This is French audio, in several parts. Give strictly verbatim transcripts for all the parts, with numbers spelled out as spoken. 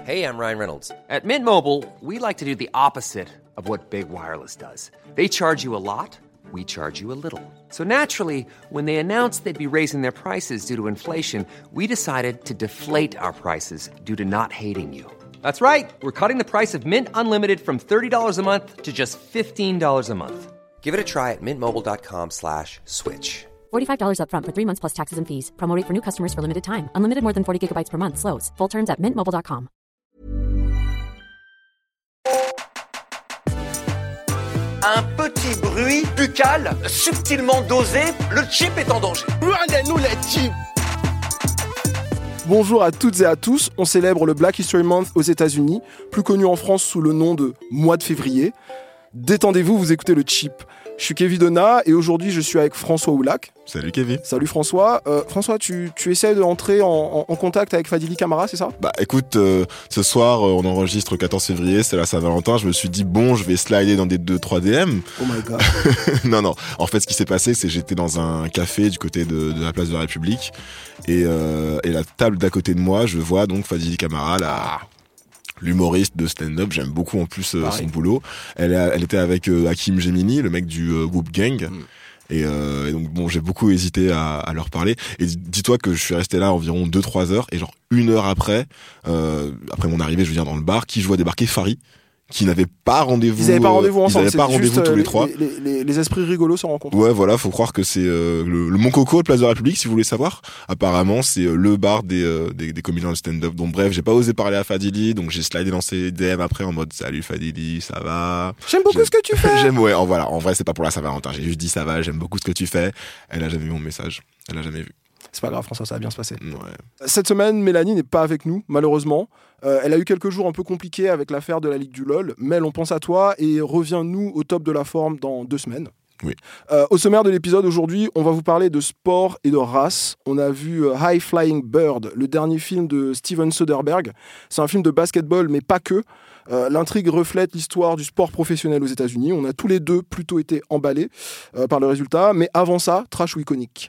Hey, I'm Ryan Reynolds. At Mint Mobile, we like to do the opposite of what Big Wireless does. They charge you a lot, we charge you a little. So naturally, when they announced they'd be raising their prices due to inflation, we decided to deflate our prices due to not hating you. That's right. We're cutting the price of Mint Unlimited from thirty dollars a month to just fifteen dollars a month. Give it a try at mintmobile.com slash switch. forty-five dollars up front for three months plus taxes and fees. Promo rate for new customers for limited time. Unlimited more than forty gigabytes per month. Slows full terms at mint mobile dot com. Un petit bruit buccal subtilement dosé, le chip est en danger. Regardez-nous les chips. Bonjour à toutes et à tous, on célèbre le Black History Month aux États-Unis, plus connu en France sous le nom de mois de février. Détendez-vous, vous écoutez le Chip. Je suis Kevin Donat et aujourd'hui je suis avec François Oulak. Salut Kevin. Salut François. Euh, François, tu, tu essaies d'entrer en, en, en contact avec Fadili Camara, c'est ça ? Bah écoute, euh, ce soir euh, on enregistre le quatorze février, c'est la Saint-Valentin, je me suis dit bon, je vais slider dans des deux trois D M. Oh my god. non, non, en fait ce qui s'est passé c'est que j'étais dans un café du côté de, de la place de la République et, euh, et la table d'à côté de moi, je vois donc Fadili Camara, la... l'humoriste de stand-up, j'aime beaucoup en plus euh, son boulot. Elle, a, elle était avec euh, Hakim Gemini, le mec du euh, Whoop Gang. Mm. Et, euh, et donc bon, j'ai beaucoup hésité à, à leur parler. Et dis-toi que je suis resté là environ deux trois heures. Et genre une heure après, euh, après mon arrivée, je veux dire dans le bar, qui je vois débarquer Fari, qui n'avaient pas rendez-vous. Ils n'avaient pas rendez-vous ensemble. Ils n'avaient pas rendez-vous tous les, les trois. Les, les, les esprits rigolos se rencontrent. Ouais, voilà, faut croire que c'est euh, le, le Mon Coco, place de la République, si vous voulez savoir. Apparemment, c'est euh, le bar des, euh, des, des comédiens de stand-up. Donc bref, j'ai pas osé parler à Fadili, donc j'ai slidé dans ses D M après en mode salut Fadili, ça va. J'aime beaucoup j'aime... ce que tu fais. J'aime, ouais, en voilà. En vrai, c'est pas pour la Saint-Valentin. J'ai juste dit ça va, j'aime beaucoup ce que tu fais. Elle a jamais vu mon message. Elle a jamais vu. C'est pas grave, François, ça va bien se passer. Ouais. Cette semaine, Mélanie n'est pas avec nous, malheureusement. Euh, elle a eu quelques jours un peu compliqués avec l'affaire de la Ligue du LOL. Mel, on pense à toi et reviens-nous au top de la forme dans deux semaines. Oui. Euh, au sommaire de l'épisode aujourd'hui, on va vous parler de sport et de race. On a vu euh, High Flying Bird, le dernier film de Steven Soderbergh. C'est un film de basketball, mais pas que. Euh, l'intrigue reflète l'histoire du sport professionnel aux États-Unis. On a tous les deux plutôt été emballés euh, par le résultat. Mais avant ça, trash ou iconique.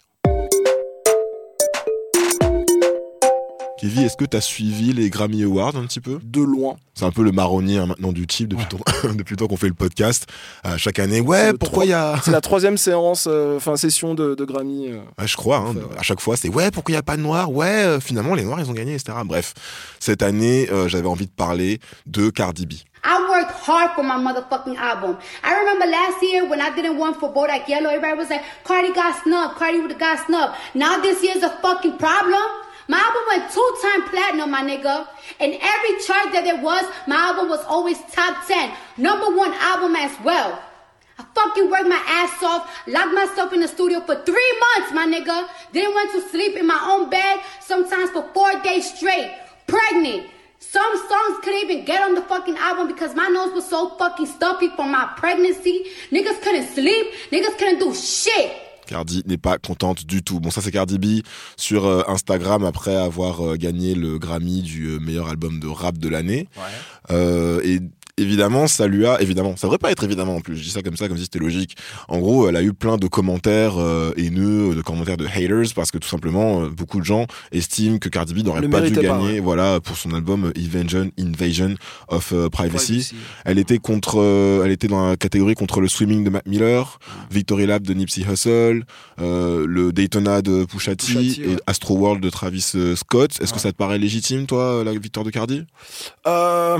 Kevin, est-ce que t'as suivi les Grammy Awards un petit peu ? De loin. C'est un peu le marronnier hein, maintenant du type depuis, ouais. ton, depuis le temps qu'on fait le podcast. Euh, chaque année, ouais, pourquoi il y a... C'est la troisième séance, euh, enfin session de, de Grammy. Euh... Ouais, je crois, hein, ouais. À chaque fois, c'est ouais, pourquoi il n'y a pas de noirs ? Ouais, euh, finalement, les noirs, ils ont gagné, et cetera. Bref, cette année, euh, j'avais envie de parler de Cardi B. I worked hard for my motherfucking album. I remember last year when I didn't want for Bodak Yellow, everybody was like, Cardi got snubbed, Cardi would have got snubbed. Now this year's a fucking problem. My album went two-time platinum, my nigga. In every chart that there was, my album was always top ten. Number one album as well. I fucking worked my ass off, locked myself in the studio for three months, my nigga. Didn't want to sleep in my own bed, sometimes for four days straight. Pregnant. Some songs couldn't even get on the fucking album because my nose was so fucking stuffy from my pregnancy. Niggas couldn't sleep. Niggas couldn't do shit. Cardi n'est pas contente du tout. Bon, ça c'est Cardi B sur euh, Instagram après avoir euh, gagné le Grammy du euh, meilleur album de rap de l'année. Ouais. Euh, et évidemment, ça lui a... Évidemment, ça devrait pas être évidemment en plus. Je dis ça comme ça, comme si c'était logique. En gros, elle a eu plein de commentaires euh, haineux, de commentaires de haters, parce que tout simplement, euh, beaucoup de gens estiment que Cardi B n'aurait pas dû gagner pas, ouais. voilà, pour son album Invasion, Invasion of uh, Privacy. Privacy. Elle était contre, euh, elle était dans la catégorie contre le Swimming de Mac Miller, mmh. Victory Lap de Nipsey Hussle, euh, le Daytona de Pusha T, Pusha T et ouais. Astro World de Travis Scott. Est-ce ouais. que ça te paraît légitime, toi, la victoire de Cardi ? Euh...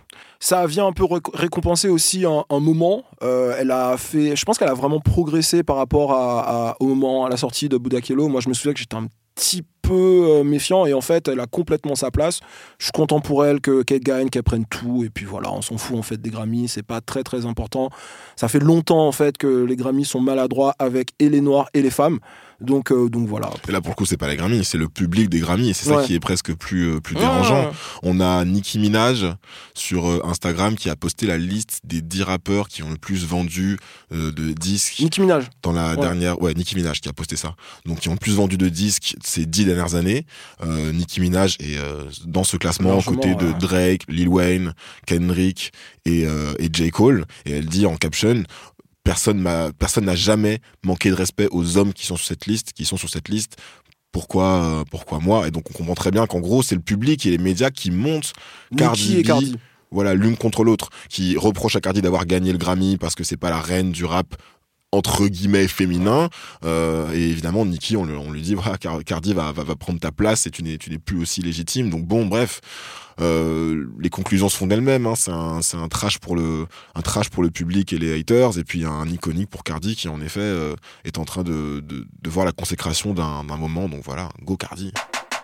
Ça vient un peu récompenser aussi un, un moment. Euh, elle a fait, je pense qu'elle a vraiment progressé par rapport à, à, au moment à la sortie de Bodak Yellow. Moi, je me souviens que j'étais un petit peu méfiant et en fait, elle a complètement sa place. Je suis content pour elle que qu'elle gagne, qu'elle prenne tout et puis voilà, on s'en fout en fait des Grammys. C'est pas très très important. Ça fait longtemps en fait que les Grammys sont maladroits avec et les Noirs et les femmes. Donc, euh, donc voilà. Et là, pour le coup, c'est pas les Grammys, c'est le public des Grammys. Et c'est ouais. ça qui est presque plus, euh, plus dérangeant. Ouais. On a Nicki Minaj sur euh, Instagram qui a posté la liste des dix rappeurs qui ont le plus vendu euh, de disques. Nicki Minaj. Dans la ouais. dernière, ouais, Nicki Minaj qui a posté ça. Donc, qui ont le plus vendu de disques ces dix dernières années. Euh, Nicki Minaj est euh, dans ce classement aux côtés de Drake, Lil Wayne, Kendrick et, euh, et J. Cole. Et elle dit en caption, Personne m'a, personne n'a jamais manqué de respect aux hommes qui sont sur cette liste, qui sont sur cette liste. pourquoi, euh, pourquoi moi. Et donc on comprend très bien qu'en gros c'est le public et les médias qui montent Cardi et Cardi. Voilà, l'une contre l'autre, qui reproche à Cardi d'avoir gagné le Grammy parce que c'est pas la reine du rap entre guillemets féminin, euh, et évidemment Nicki on, on lui dit voilà, Cardi va, va, va prendre ta place et tu n'es, tu n'es plus aussi légitime. Donc bon bref, euh, les conclusions se font d'elles-mêmes, hein. c'est, un, c'est un, trash pour le, un trash pour le public et les haters, et puis un iconique pour Cardi qui en effet euh, est en train de, de, de voir la consécration d'un, d'un moment. Donc voilà, go Cardi.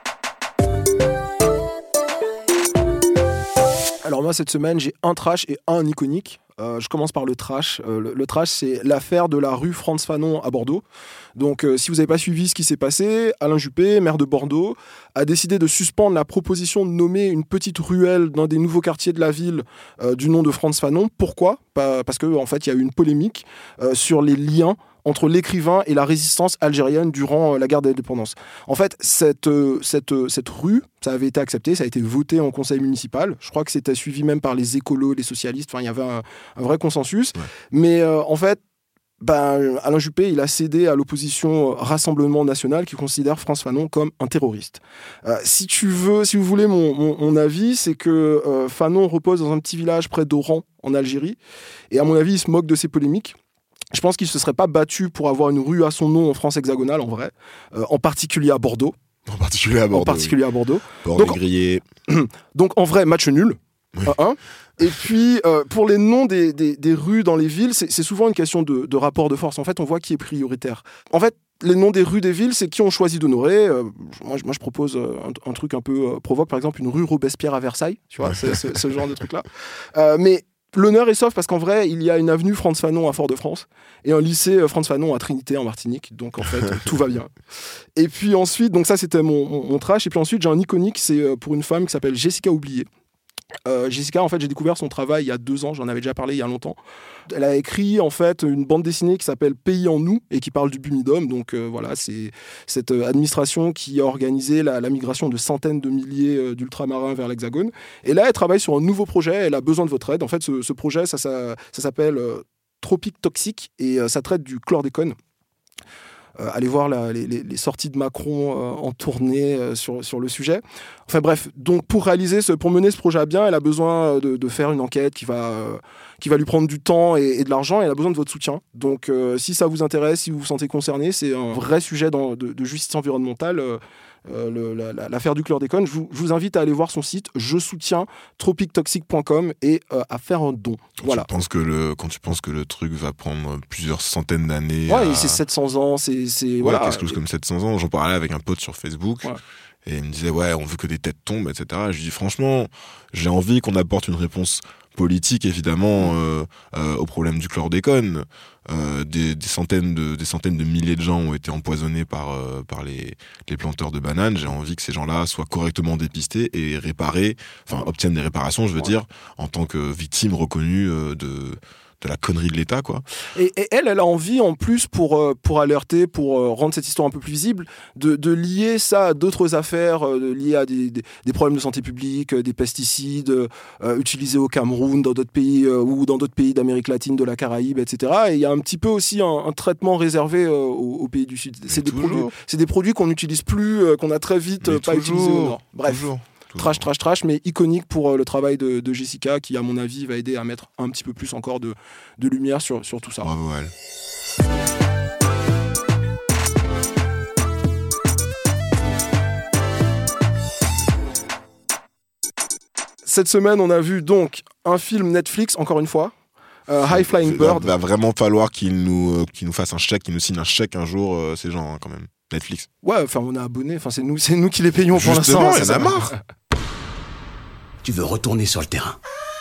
Alors moi cette semaine j'ai un trash et un iconique. Euh, je commence par le trash. Euh, le, le trash, c'est l'affaire de la rue Frantz Fanon à Bordeaux. Donc, euh, si vous n'avez pas suivi ce qui s'est passé, Alain Juppé, maire de Bordeaux, a décidé de suspendre la proposition de nommer une petite ruelle dans des nouveaux quartiers de la ville euh, du nom de Frantz Fanon. Pourquoi ? Pas, Parce qu'en en fait, il y a eu une polémique euh, sur les liens entre l'écrivain et la résistance algérienne durant la guerre d'indépendance. En fait, cette, euh, cette, euh, cette rue, ça avait été accepté, ça a été voté en conseil municipal. Je crois que c'était suivi même par les écolos, les socialistes. Enfin, il y avait un, un vrai consensus. Ouais. Mais euh, en fait, ben, Alain Juppé, il a cédé à l'opposition Rassemblement National qui considère Frantz Fanon comme un terroriste. Euh, si tu veux, si vous voulez mon, mon, mon avis, c'est que euh, Fanon repose dans un petit village près d'Oran, en Algérie. Et à mon avis, il se moque de ces polémiques. Je pense qu'il ne se serait pas battu pour avoir une rue à son nom en France hexagonale, en vrai, euh, en particulier à Bordeaux. En particulier à Bordeaux. En particulier oui. à Bordeaux. Bordeaux grillé. Donc, en vrai, match nul. Oui. un. Et puis, euh, pour les noms des, des, des rues dans les villes, c'est, c'est souvent une question de, de rapport de force. En fait, on voit qui est prioritaire. En fait, les noms des rues des villes, c'est qui on choisit d'honorer. Euh, moi, moi, je propose un, un truc un peu euh, provoque, par exemple, une rue Robespierre à Versailles. Tu vois, c'est, c'est, ce genre de truc-là. Euh, mais l'honneur est sauf parce qu'en vrai, il y a une avenue Frantz Fanon à Fort-de-France et un lycée Frantz Fanon à Trinité en Martinique. Donc en fait, tout va bien. Et puis ensuite, donc ça c'était mon, mon, mon trash. Et puis ensuite, j'ai un iconique, c'est pour une femme qui s'appelle Jessica Oublié. Euh, Jessica, en fait, j'ai découvert son travail il y a deux ans, j'en avais déjà parlé il y a longtemps. Elle a écrit en fait une bande dessinée qui s'appelle Pays en nous et qui parle du Bumidum. Donc euh, voilà, c'est cette administration qui a organisé la, la migration de centaines de milliers d'ultramarins vers l'Hexagone. Et là, elle travaille sur un nouveau projet, elle a besoin de votre aide. En fait, ce, ce projet, ça, ça, ça s'appelle euh, Tropique Toxique et euh, ça traite du chlordécone. Euh, allez voir la, les, les sorties de Macron euh, en tournée euh, sur, sur le sujet. Enfin bref, donc pour réaliser, ce, pour mener ce projet à bien, elle a besoin de, de faire une enquête qui va, euh, qui va lui prendre du temps et, et de l'argent, et elle a besoin de votre soutien. Donc euh, si ça vous intéresse, si vous vous sentez concerné, c'est un vrai sujet dans, de, de justice environnementale, euh, euh, le, la, la, l'affaire du chlordécone. Je vous, je vous invite à aller voir son site, je soutiens tropique toxique point com et euh, à faire un don. Quand voilà. Tu penses que le, quand tu penses que le truc va prendre plusieurs centaines d'années... Ouais, à... c'est sept cents ans, c'est... c'est ouais, voilà. quelque chose comme sept cents ans. J'en parlais avec un pote sur Facebook. Ouais. Et il me disait, ouais, on veut que des têtes tombent, et cetera. Et je lui dis, franchement, j'ai envie qu'on apporte une réponse politique, évidemment, euh, euh, au problème du chlordécone. Euh, des, des, centaines de, des centaines de milliers de gens ont été empoisonnés par, euh, par les, les planteurs de bananes. J'ai envie que ces gens-là soient correctement dépistés et réparés, enfin, obtiennent des réparations, je veux ouais. dire, en tant que victimes reconnues euh, de... de la connerie de l'État, quoi. Et, et elle, elle a envie, en plus, pour, euh, pour alerter, pour euh, rendre cette histoire un peu plus visible, de, de lier ça à d'autres affaires, euh, liées à des, des, des problèmes de santé publique, euh, des pesticides euh, utilisés au Cameroun, dans d'autres pays, euh, ou dans d'autres pays d'Amérique latine, de la Caraïbe, et cetera. Et il y a un petit peu aussi un, un traitement réservé euh, aux, aux pays du Sud. C'est des, produits, c'est des produits qu'on n'utilise plus, euh, qu'on a très vite euh, pas utilisés au Nord. Bref. Toujours. Trash, trash, trash, mais iconique pour euh, le travail de, de Jessica, qui, à mon avis, va aider à mettre un petit peu plus encore de, de lumière sur, sur tout ça. Bravo, elle. Cette semaine, on a vu donc un film Netflix, encore une fois, euh, High Flying Bird. Il va vraiment falloir qu'ils nous, euh, qu'ils nous fassent un chèque, qu'ils nous signent un chèque un jour, euh, ces gens, hein, quand même. Netflix. Ouais, enfin, on est abonnés, enfin, c'est nous, c'est nous qui les payons pour Justement, l'instant. Justement, il y en a marre. Tu veux retourner sur le terrain.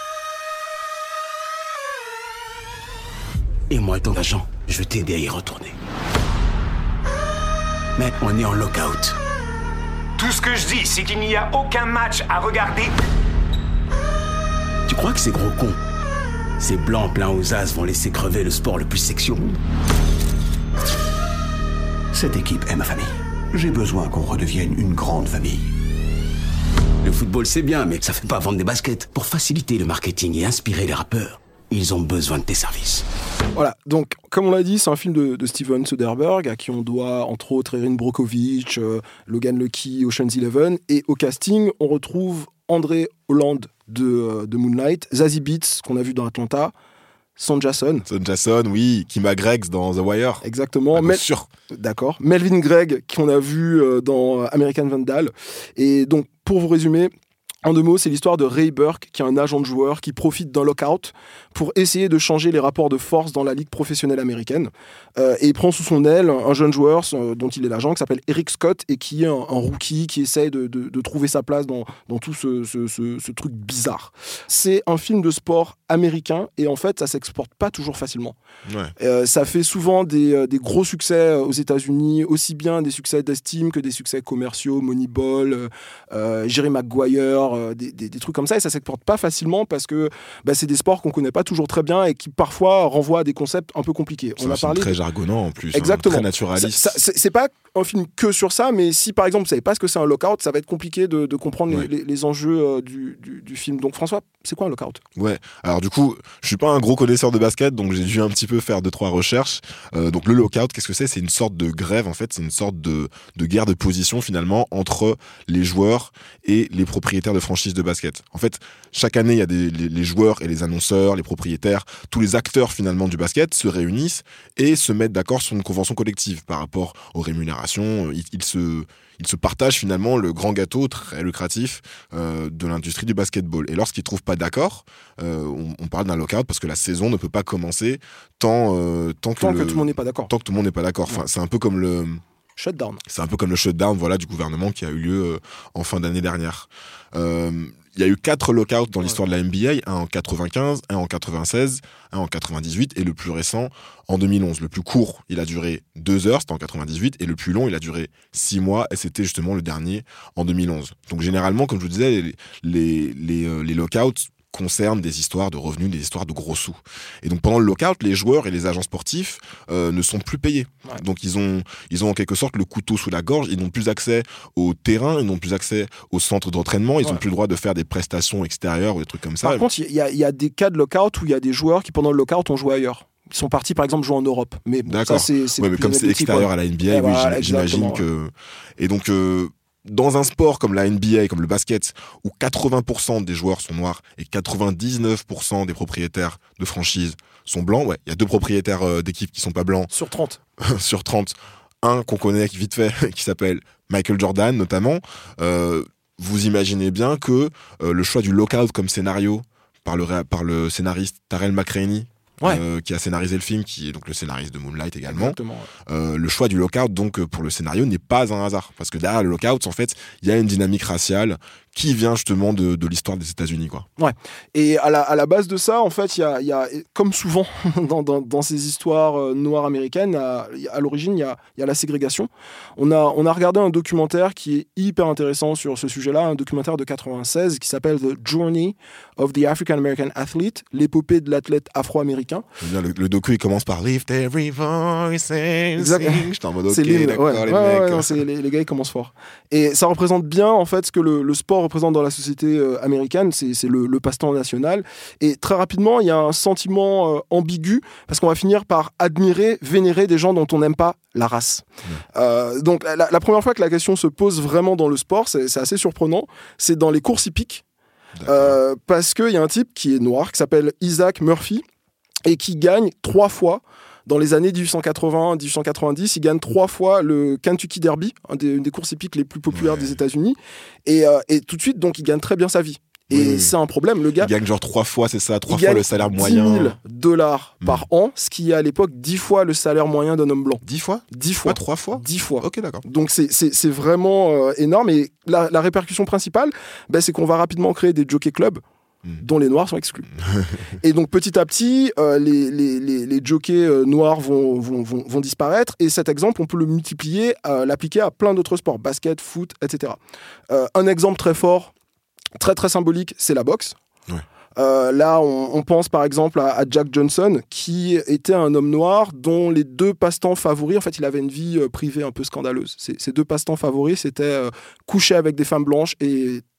Et moi, ton agent, je vais t'aider à y retourner. Mais on est en lockout. Tout ce que je dis, c'est qu'il n'y a aucun match à regarder. Tu crois que ces gros cons, ces blancs pleins aux as vont laisser crever le sport le plus sexy au monde? Cette équipe est ma famille. J'ai besoin qu'on redevienne une grande famille. Le football, c'est bien, mais ça fait pas vendre des baskets. Pour faciliter le marketing et inspirer les rappeurs, Ils ont besoin de tes services. Voilà, donc comme on l'a dit, c'est un film de, de Steven Soderbergh, à qui on doit entre autres Erin Brockovich, euh, Logan Lucky, Ocean's Eleven, et au casting, on retrouve André Holland de, euh, de Moonlight, Zazie Beetz, qu'on a vu dans Atlanta, Sonja Son. Sonja Son, oui, Kima Greggs dans The Wire. Exactement. Ah, Mel- sûr. D'accord. Melvin Gregg, qu'on a vu euh, dans American Vandal. Et donc, pour vous résumer, en deux mots, c'est l'histoire de Ray Burke, qui est un agent de joueur qui profite d'un lockout pour essayer de changer les rapports de force dans la ligue professionnelle américaine. Euh, et il prend sous son aile un jeune joueur euh, dont il est l'agent, qui s'appelle Eric Scott, et qui est un, un rookie qui essaye de, de, de trouver sa place dans, dans tout ce, ce, ce, ce truc bizarre. C'est un film de sport américain, et en fait, ça s'exporte pas toujours facilement. Ouais. Euh, ça fait souvent des, des gros succès aux États-Unis, aussi bien des succès d'estime que des succès commerciaux, Moneyball, euh, Jerry Maguire, euh, des, des, des trucs comme ça, et ça s'exporte pas facilement parce que bah, c'est des sports qu'on connaît pas toujours très bien et qui parfois renvoient à des concepts un peu compliqués. C'est On un a film parlé très de... jargonnant en plus, Exactement. Hein, très naturaliste. Ça, ça, c'est, c'est pas un film que sur ça, mais si par exemple vous savez pas ce que c'est un lockout, ça va être compliqué de, de comprendre ouais. les, les, les enjeux euh, du, du, du film. Donc François, c'est quoi un lockout ? Ouais, alors du coup, je suis pas un gros connaisseur de basket, donc j'ai dû un petit peu faire deux trois recherches. Euh, donc le lockout, qu'est-ce que c'est ? C'est une sorte de grève en fait, c'est une sorte de, de guerre de position finalement entre les joueurs et les propriétaires de franchises de basket. En fait, chaque année, il y a des, les, les joueurs et les annonceurs, les propriétaires, tous les acteurs finalement du basket se réunissent et se mettent d'accord sur une convention collective par rapport aux rémunérations. Ils, ils se Ils se partagent finalement le grand gâteau très lucratif euh, de l'industrie du basketball. Et lorsqu'ils ne trouvent pas d'accord, euh, on, on parle d'un lockout parce que la saison ne peut pas commencer tant, euh, tant, que, Tant le, que tout le monde n'est pas d'accord. Tant que tout le monde n'est pas d'accord. Enfin, c'est un peu comme le... Shutdown. C'est un peu comme le shutdown voilà, du gouvernement qui a eu lieu euh, en fin d'année dernière. Euh, il y a eu quatre lockouts dans l'histoire de la N B A, un en quatre-vingt-quinze, un en quatre-vingt-seize, un en quatre-vingt-dix-huit et le plus récent en deux mille onze. Le plus court, il a duré deux heures, c'était en quatre-vingt-dix-huit, et le plus long, il a duré six mois, et c'était justement le dernier en deux mille onze. Donc généralement, comme je vous disais, les, les, les, euh, les lockouts concernent des histoires de revenus, des histoires de gros sous. Et donc pendant le lockout, les joueurs et les agents sportifs euh, ne sont plus payés. Ouais. Donc ils ont, ils ont en quelque sorte le couteau sous la gorge, ils n'ont plus accès au terrain, ils n'ont plus accès au centre d'entraînement, ils n'ont ouais. plus le droit de faire des prestations extérieures ou des trucs comme ça. Par contre, il y, y a des cas de lockout où il y a des joueurs qui pendant le lockout ont joué ailleurs. Ils sont partis par exemple jouer en Europe. Mais bon, d'accord. Ça, c'est, c'est ouais, mais comme c'est extérieur ouais. à la N B A, ouais, oui, voilà, j'imagine que... Et donc... Euh... Dans un sport comme la N B A, comme le basket, où quatre-vingts pour cent des joueurs sont noirs et quatre-vingt-dix-neuf pour cent des propriétaires de franchises sont blancs, ouais, il y a deux propriétaires euh, d'équipes qui sont pas blancs. Sur trente. Sur trente. Un qu'on connaît vite fait, qui s'appelle Michael Jordan, notamment. Euh, vous imaginez bien que euh, le choix du lockout comme scénario par le, par le scénariste Tarell McCraney, Ouais. Euh, qui a scénarisé le film, qui est donc le scénariste de Moonlight également. Ouais. Euh, le choix du lockout, donc pour le scénario, n'est pas un hasard, parce que derrière le lockout, en fait, il y a une dynamique raciale qui vient justement de, de l'histoire des États-Unis, quoi. Ouais. Et à la, à la base de ça, en fait, il y a, y a, comme souvent dans, dans, dans ces histoires euh, noires américaines, à, à l'origine, il y a, y a la ségrégation. On a, on a regardé un documentaire qui est hyper intéressant sur ce sujet-là, un documentaire de quatre-vingt-seize qui s'appelle The Journey of the African American Athlete, l'épopée de l'athlète afro-américain. Le, le docu, il commence par Lift every voice and sing. J'étais en mode, ok, c'est d'accord, ouais, les ouais, mecs. Ouais, non, c'est, les, les gars, ils commencent fort. Et ça représente bien, en fait, ce que le, le sport représente dans la société euh, américaine, c'est, c'est le, le passe-temps national. Et très rapidement, il y a un sentiment euh, ambigu, parce qu'on va finir par admirer, vénérer des gens dont on n'aime pas la race. Mmh. Euh, donc, la, la première fois que la question se pose vraiment dans le sport, c'est, c'est assez surprenant, c'est dans les courses hippiques, euh, parce qu'il y a un type qui est noir, qui s'appelle Isaac Murphy, et qui gagne trois fois, dans les années dix-huit cent quatre-vingts dix-huit cent quatre-vingt-dix, il gagne trois fois le Kentucky Derby, un des, une des courses hippiques les plus populaires ouais. des États-Unis, et, euh, et tout de suite, donc, il gagne très bien sa vie. Et oui, c'est un problème, le gars... Il gagne genre trois fois, c'est ça, trois fois le salaire moyen. dix mille dollars par mmh. an, ce qui est à l'époque dix fois le salaire moyen d'un homme blanc. dix fois dix fois. Pas trois fois dix fois. Ok, d'accord. Donc c'est, c'est, c'est vraiment euh, énorme. Et la, la répercussion principale, bah, c'est qu'on va rapidement créer des jockey clubs dont les noirs sont exclus. Et donc petit à petit, euh, les, les, les, les jockeys euh, noirs vont, vont, vont, vont disparaître, et cet exemple, on peut le multiplier, euh, l'appliquer à plein d'autres sports, basket, foot, et cetera. Euh, un exemple très fort, très très symbolique, c'est la boxe. Ouais. Euh, là, on, on pense par exemple à, à Jack Johnson, qui était un homme noir dont les deux passe-temps favoris, en fait, il avait une vie euh, privée un peu scandaleuse. Ses, ses deux passe-temps favoris, c'était euh, coucher avec des femmes blanches et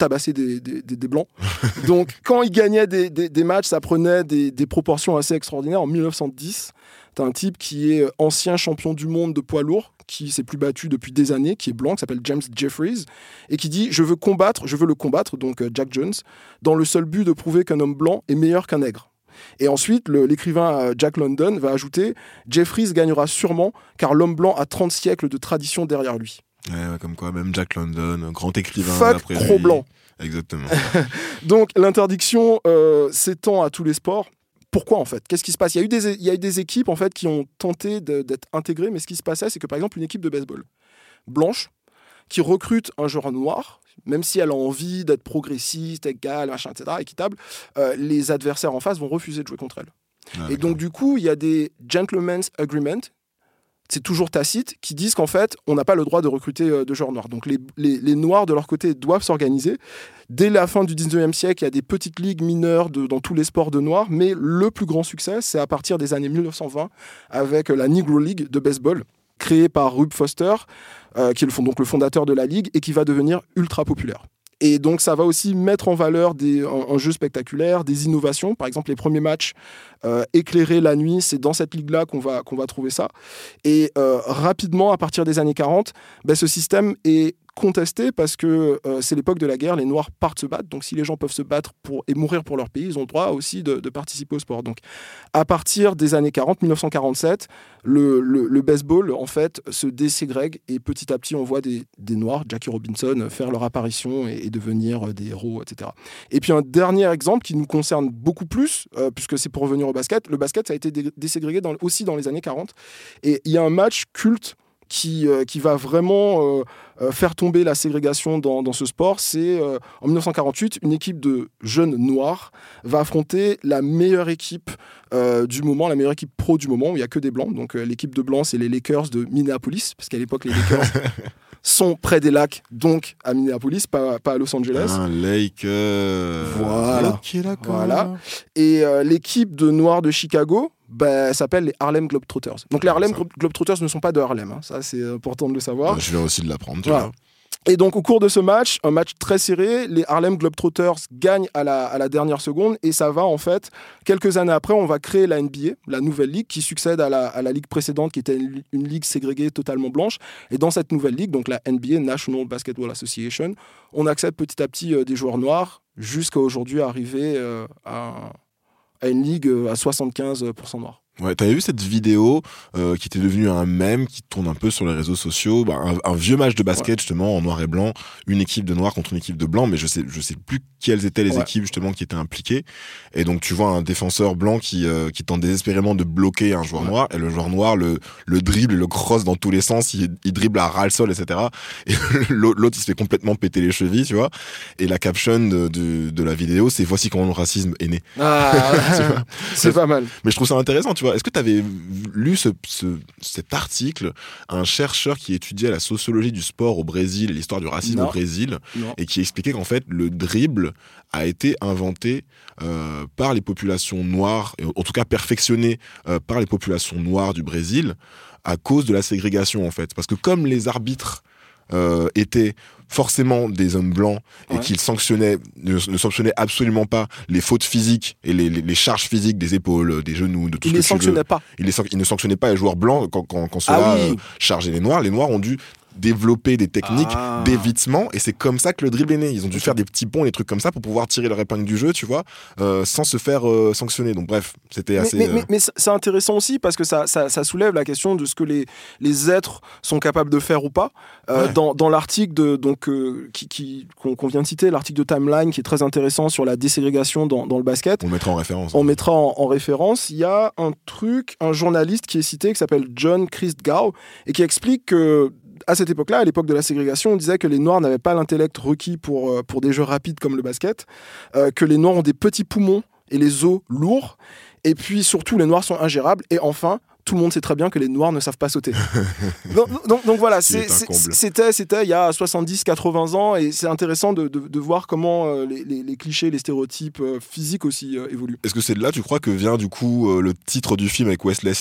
tabasser des, des, des, des blancs. Donc quand il gagnait des, des, des matchs, ça prenait des, des proportions assez extraordinaires. En dix-neuf cent dix, t'as un type qui est ancien champion du monde de poids lourd, qui s'est plus battu depuis des années, qui est blanc, qui s'appelle James Jeffries, et qui dit « Je veux combattre, je veux le combattre », donc Jack Jones, dans le seul but de prouver qu'un homme blanc est meilleur qu'un nègre. Et ensuite, le, l'écrivain Jack London va ajouter « Jeffries gagnera sûrement, car l'homme blanc a trente siècles de tradition derrière lui. » Ouais, ouais, comme quoi, même Jack London, grand écrivain. Fuck pro-blanc. Exactement. Donc, l'interdiction euh, s'étend à tous les sports. Pourquoi, en fait ? Qu'est-ce qui se passe ? Il y a eu des, il y a eu des équipes, en fait, qui ont tenté de, d'être intégrées, mais ce qui se passait, c'est que, par exemple, une équipe de baseball blanche qui recrute un joueur noir, même si elle a envie d'être progressiste, égale, machin, et cetera, équitable, euh, les adversaires en face vont refuser de jouer contre elle. Ah, et donc, du coup, il y a des gentlemen's agreements, c'est toujours tacite, qui disent qu'en fait, on n'a pas le droit de recruter euh, de joueurs noirs. Donc, les, les, les Noirs, de leur côté, doivent s'organiser. Dès la fin du dix-neuvième siècle, il y a des petites ligues mineures de, dans tous les sports de Noirs, mais le plus grand succès, c'est à partir des années mille neuf cent vingt, avec la Negro League de baseball, créée par Rube Foster, euh, qui est le, donc le fondateur de la ligue, et qui va devenir ultra populaire. Et donc, ça va aussi mettre en valeur des, un, un jeu spectaculaire, des innovations. Par exemple, les premiers matchs euh, éclairés la nuit, c'est dans cette ligue-là qu'on va, qu'on va trouver ça. Et euh, rapidement, à partir des années quarante, ben, ce système est contesté parce que euh, c'est l'époque de la guerre, les Noirs partent se battre. Donc, si les gens peuvent se battre pour, et mourir pour leur pays, ils ont le droit aussi de, de participer au sport. Donc, à partir des années quarante, dix-neuf cent quarante-sept, le, le, le baseball, en fait, se déségrègue et petit à petit, on voit des, des Noirs, Jackie Robinson, faire leur apparition et, et devenir des héros, et cetera. Et puis, un dernier exemple qui nous concerne beaucoup plus, euh, puisque c'est pour revenir au basket, le basket, ça a été dé- déségrégé dans, aussi dans les années quarante. Et il y a un match culte Qui, euh, qui va vraiment euh, euh, faire tomber la ségrégation dans, dans ce sport. C'est euh, en dix-neuf cent quarante-huit, une équipe de jeunes noirs va affronter la meilleure équipe euh, du moment, la meilleure équipe pro du moment, où il n'y a que des blancs. Donc euh, l'équipe de blancs, c'est les Lakers de Minneapolis, parce qu'à l'époque, les Lakers sont près des lacs, donc à Minneapolis, pas, pas à Los Angeles. Un Lakers. Voilà. Ok, d'accord. Voilà. Et euh, l'équipe de noirs de Chicago, bah, s'appelle les Harlem Globetrotters. Donc les Harlem ça. Globetrotters ne sont pas de Harlem, hein. Ça c'est important de le savoir. Bah, je viens aussi de l'apprendre. Tu voilà. vois. Et donc au cours de ce match, un match très serré, les Harlem Globetrotters gagnent à la, à la dernière seconde et ça va en fait, quelques années après, on va créer la N B A, la nouvelle ligue qui succède à la, à la ligue précédente qui était une, une ligue ségrégée totalement blanche. Et dans cette nouvelle ligue, donc la N B A, National Basketball Association, on accepte petit à petit euh, des joueurs noirs jusqu'à aujourd'hui arriver euh, à, à une ligue à soixante-quinze pour cent noirs. Ouais, t'avais vu cette vidéo euh, qui était devenue un mème qui tourne un peu sur les réseaux sociaux, bah, un, un vieux match de basket ouais. justement en noir et blanc, une équipe de noirs contre une équipe de blancs, mais je sais je sais plus quelles étaient les ouais. équipes justement qui étaient impliquées. Et donc tu vois un défenseur blanc qui euh, qui tente désespérément de bloquer un joueur ouais. noir, et le joueur noir le le dribble, le crosse dans tous les sens, il, il dribble à ras le sol, et cetera. Et l'autre il se fait complètement péter les chevilles, tu vois. Et la caption de de, de la vidéo, c'est voici comment le racisme est né. Ah, c'est pas mal. Mais je trouve ça intéressant, tu vois. Est-ce que tu avais lu ce, ce, cet article, un chercheur qui étudiait la sociologie du sport au Brésil et l'histoire du racisme non. au Brésil, non. et qui expliquait qu'en fait, le dribble a été inventé euh, par les populations noires, et en tout cas perfectionné euh, par les populations noires du Brésil, à cause de la ségrégation, en fait. Parce que comme les arbitres euh, étaient forcément des hommes blancs et ouais. qu'ils sanctionnaient, ne, ne sanctionnaient absolument pas les fautes physiques et les, les, les charges physiques des épaules, des genoux, de tout ils ce que tu veux. Ils les sanctionnaient pas. Ils, les, ils ne sanctionnaient pas les joueurs blancs quand, quand, quand cela ah oui. euh, chargeait les noirs. Les noirs ont dû développer des techniques ah. d'évitement et c'est comme ça que le dribble est né. Ils ont dû faire des petits ponts, des trucs comme ça pour pouvoir tirer leur épingle du jeu, tu vois, euh, sans se faire euh, sanctionner. Donc bref, c'était assez... Mais, mais, euh... mais, mais c'est intéressant aussi parce que ça, ça, ça soulève la question de ce que les, les êtres sont capables de faire ou pas. Euh, ouais. Dans, dans l'article de, donc, euh, qui, qui, qu'on, qu'on vient de citer, l'article de Timeline qui est très intéressant sur la déségrégation dans, dans le basket. On le mettra en référence. On hein. mettra en, en référence. Il y a un truc, un journaliste qui est cité qui s'appelle John Christgau et qui explique que à cette époque-là, à l'époque de la ségrégation, on disait que les Noirs n'avaient pas l'intellect requis pour, pour des jeux rapides comme le basket, euh, que les Noirs ont des petits poumons et les os lourds, et puis surtout les Noirs sont ingérables, et enfin, tout le monde sait très bien que les Noirs ne savent pas sauter. donc, donc, donc voilà, c'est, c'est, c'était, c'était il y a soixante-dix quatre-vingts ans, et c'est intéressant de, de, de voir comment euh, les, les, les clichés, les stéréotypes euh, physiques aussi euh, évoluent. Est-ce que c'est de là, tu crois, que vient du coup euh, le titre du film avec Wesley Snipes ?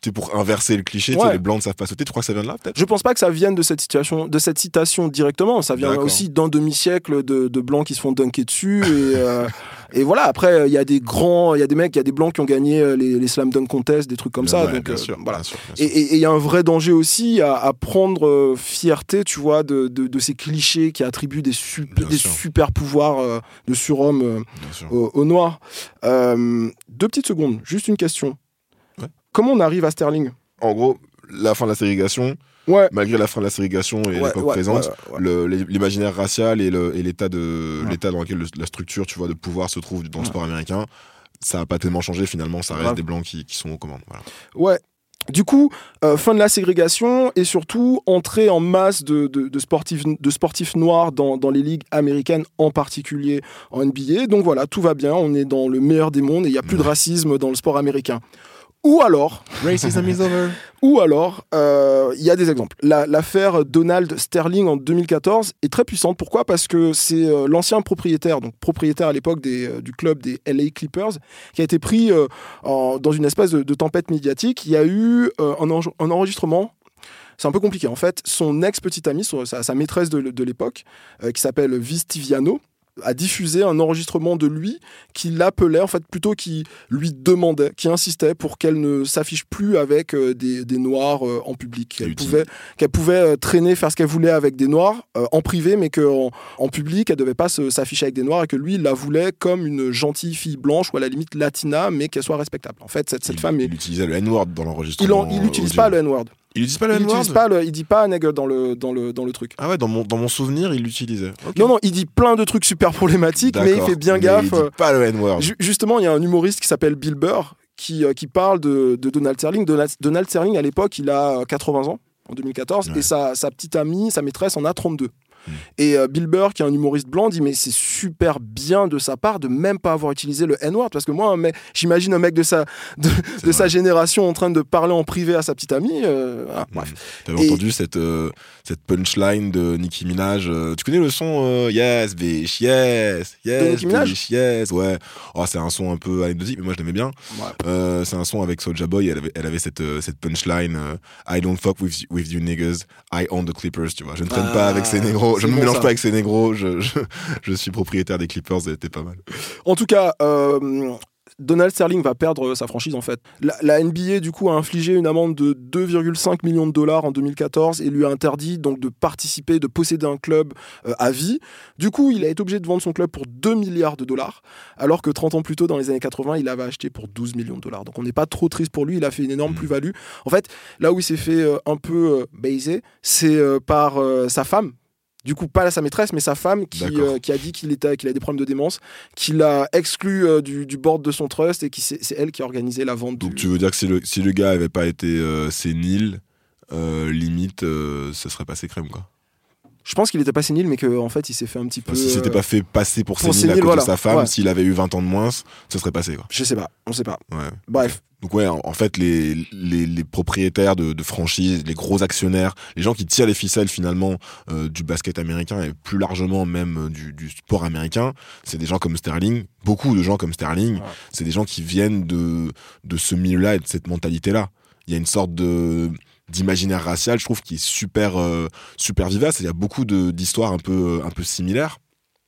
tu sais, pour inverser le cliché, Ouais. tu sais, les blancs ne savent pas sauter. Tu crois que ça vient de là, peut-être? Je pense pas que ça vienne de cette situation, de cette citation directement. Ça vient D'accord. aussi d'un demi-siècle de, de blancs qui se font dunker dessus. Et, euh, et voilà, après, il y a des grands, il y a des mecs, il y a des blancs qui ont gagné les, les slam dunk contests, des trucs comme ça. Ouais, donc, bien euh, sûr, voilà. bien sûr, bien sûr. Et il y a un vrai danger aussi à, à prendre euh, fierté, tu vois, de, de, de ces clichés qui attribuent des, sup- Bien des sûr. super pouvoirs euh, de surhomme euh, Bien sûr. aux, aux Noirs. Euh, deux petites secondes, juste une question. Ouais. Comment on arrive à Sterling? En gros, la fin de la ségrégation, Ouais. malgré la fin de la ségrégation et Ouais, l'époque ouais, présente, ouais, ouais. le- l'imaginaire racial et, le, et l'état, de, Ouais. l'état dans lequel le- la structure, tu vois, de pouvoir se trouve dans le Ouais. sport américain, ça n'a pas tellement changé finalement, ça reste Grave. des blancs qui, qui sont aux commandes. Voilà. Ouais. Du coup, euh, fin de la ségrégation et surtout entrée en masse de, de, de sportifs, de sportifs noirs dans, dans les ligues américaines, en particulier en N B A. Donc voilà, tout va bien, on est dans le meilleur des mondes et il n'y a plus de racisme dans le sport américain. Ou alors, Racism is over. ou alors, euh, il y a des exemples. La- l'affaire Donald Sterling en deux mille quatorze est très puissante. Pourquoi ? Parce que c'est euh, l'ancien propriétaire, donc propriétaire à l'époque des, euh, du club des L A Clippers, qui a été pris euh, en- dans une espèce de, de tempête médiatique. Il y a eu euh, un, enre- un enregistrement. C'est un peu compliqué. En fait, son ex-petite amie, son- sa, sa maîtresse de, de l'époque, euh, qui s'appelle Vistiviano, a diffusé un enregistrement de lui qui l'appelait, en fait, plutôt qui lui demandait, qui insistait pour qu'elle ne s'affiche plus avec euh, des, des noirs euh, en public. Qu'elle utile. pouvait, qu'elle pouvait euh, traîner, faire ce qu'elle voulait avec des noirs euh, en privé, mais qu'en en public, elle devait pas se- s'afficher avec des noirs et que lui, il la voulait comme une gentille fille blanche ou à la limite latina, mais qu'elle soit respectable. En fait, cette, cette il, femme, est- il utilisait le N-word dans il l'enregistrement. n'utilise audio. pas le N-word. Il utilise pas le Il N-word utilise pas le, il dit pas nègre dans le, dans le, dans le truc. Ah ouais, dans mon, dans mon souvenir, il l'utilisait. Ok. Non, non, il dit plein de trucs super problématiques, mais il D'accord. fait bien Mais gaffe. Il dit euh, pas le N-word. Ju- Justement, il y a un humoriste qui s'appelle Bill Burr qui, euh, qui parle de, de Donald Sterling. Donald, Donald Sterling, à l'époque, il a quatre-vingts ans, en deux mille quatorze, Ouais. et sa, sa petite amie, sa maîtresse, en a trente-deux. Mm. Et euh, Bill Burr, qui est un humoriste blanc, dit mais c'est super bien de sa part de même pas avoir utilisé le N-word, parce que moi, un mec- j'imagine un mec de sa, de, de sa génération en train de parler en privé à sa petite amie. euh, voilà, bref. T'avais Et- entendu cette, euh, cette punchline de Nicki Minaj euh, tu connais le son euh, Yes, bitch, yes, yes, De Nicki Minaj bitch, yes. Ouais. Oh, c'est un son un peu anecdotique, mais moi je l'aimais bien. Ouais. Euh, c'est un son avec Soulja Boy. Elle avait, elle avait cette, euh, cette punchline euh, I don't fuck with, with you niggas, I own the Clippers. Tu vois, je ne traîne Ah, pas avec ces négros, je c'est ne me bon, mélange ça. pas avec ces négros, je, je, je suis propriétaire des Clippers, c'était pas mal. En tout cas, euh, Donald Sterling va perdre sa franchise en fait. La, la N B A du coup a infligé une amende de deux virgule cinq millions de dollars en deux mille quatorze et lui a interdit donc de participer, de posséder un club euh, à vie. Du coup, il a été obligé de vendre son club pour deux milliards de dollars, alors que trente ans plus tôt, dans les années quatre-vingts, il avait acheté pour douze millions de dollars. Donc on n'est pas trop triste pour lui, il a fait une énorme Mmh. plus-value. En fait, là où il s'est fait euh, un peu euh, baiser, c'est euh, par euh, sa femme. Du coup, pas sa maîtresse, mais sa femme qui, D'accord. euh, qui a dit qu'il était, qu'il a des problèmes de démence, qui l'a exclu euh, du, du board de son trust et qui c'est, c'est elle qui a organisé la vente. Donc du... tu veux dire que si le, si le gars avait pas été euh, sénile, euh, limite, euh, ça serait passé crème, quoi. Je pense qu'il était pas sénile, mais qu'en en fait, il s'est fait un petit peu. Enfin, si s'était euh, pas fait passer pour, pour sénile à sénile, cause voilà. de sa femme, Ouais. s'il avait eu vingt ans de moins, ça serait passé, quoi. Je sais pas, on sait pas. Ouais. Bref. Donc ouais, en, en fait, les, les, les propriétaires de, de franchises, les gros actionnaires, les gens qui tirent les ficelles finalement euh, du basket américain et plus largement même euh, du, du sport américain, c'est des gens comme Sterling, beaucoup de gens comme Sterling, Ouais. c'est des gens qui viennent de, de ce milieu-là et de cette mentalité-là. Il y a une sorte de d'imaginaire racial, je trouve, qui est super, euh, super vivace. Il y a beaucoup de, d'histoires un peu, un peu similaires.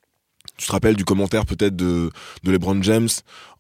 Tu te rappelles du commentaire peut-être de, de LeBron James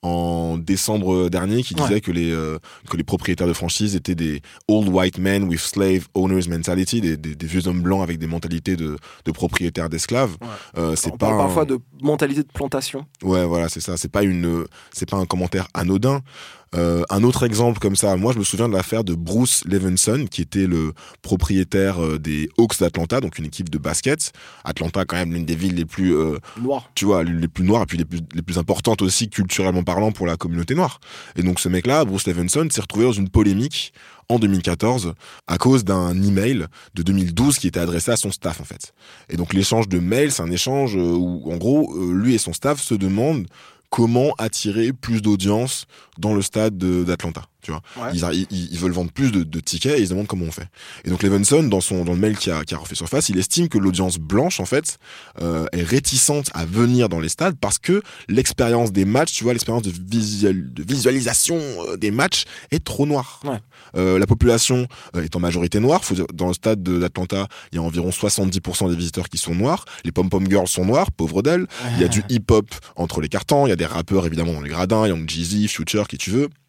en décembre dernier qui disait Ouais. que, les, euh, que les propriétaires de franchise étaient des old white men with slave owners mentality, des, des, des vieux hommes blancs avec des mentalités de, de propriétaires d'esclaves. Ouais. Euh, c'est On pas parle un- parfois de mentalité de plantation. Ouais, voilà, c'est ça. C'est pas une, c'est pas un commentaire anodin. Euh, un autre exemple comme ça, moi je me souviens de l'affaire de Bruce Levenson, qui était le propriétaire euh, des Hawks d'Atlanta, donc une équipe de basket. Atlanta, quand même, l'une des villes les plus, euh, Noir. tu vois, l'une des plus noires et puis les plus, les plus importantes aussi culturellement parlant pour la communauté noire. Et donc ce mec-là, Bruce Levenson, s'est retrouvé dans une polémique en deux mille quatorze à cause d'un email de deux mille douze qui était adressé à son staff en fait. Et donc l'échange de mails, c'est un échange où en gros euh, lui et son staff se demandent comment attirer plus d'audience dans le stade de, d'Atlanta. Tu vois, Ouais. ils, ils, ils veulent vendre plus de, de tickets et ils se demandent comment on fait. Et donc Levinson, dans son dans le mail qui a, qui a refait surface, il estime que l'audience blanche en fait euh, est réticente à venir dans les stades parce que l'expérience des matchs, tu vois, l'expérience de, visual, de visualisation euh, des matchs est trop noire. Ouais. Euh, la population euh, est en majorité noire. Faut dire, dans le stade de, d'Atlanta, il y a environ soixante-dix pour cent des visiteurs qui sont noirs. Les pom-pom girls sont noirs, pauvres d'elles. Il y a du hip-hop entre les cartons. Il y a des rappeurs évidemment dans les gradins, Young Jeezy, Future, qui tu veux.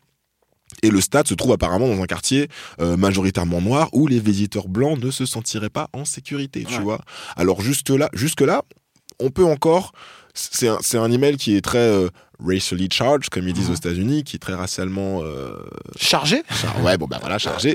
Et le stade se trouve apparemment dans un quartier euh, majoritairement noir où les visiteurs blancs ne se sentiraient pas en sécurité, tu ouais. vois. Alors jusque là, jusque là, on peut encore. C'est un, c'est un email qui est très euh, racially charged, comme ils disent mmh. aux États-Unis, qui est très racialement euh, chargé. Char- ouais, bon ben voilà, chargé.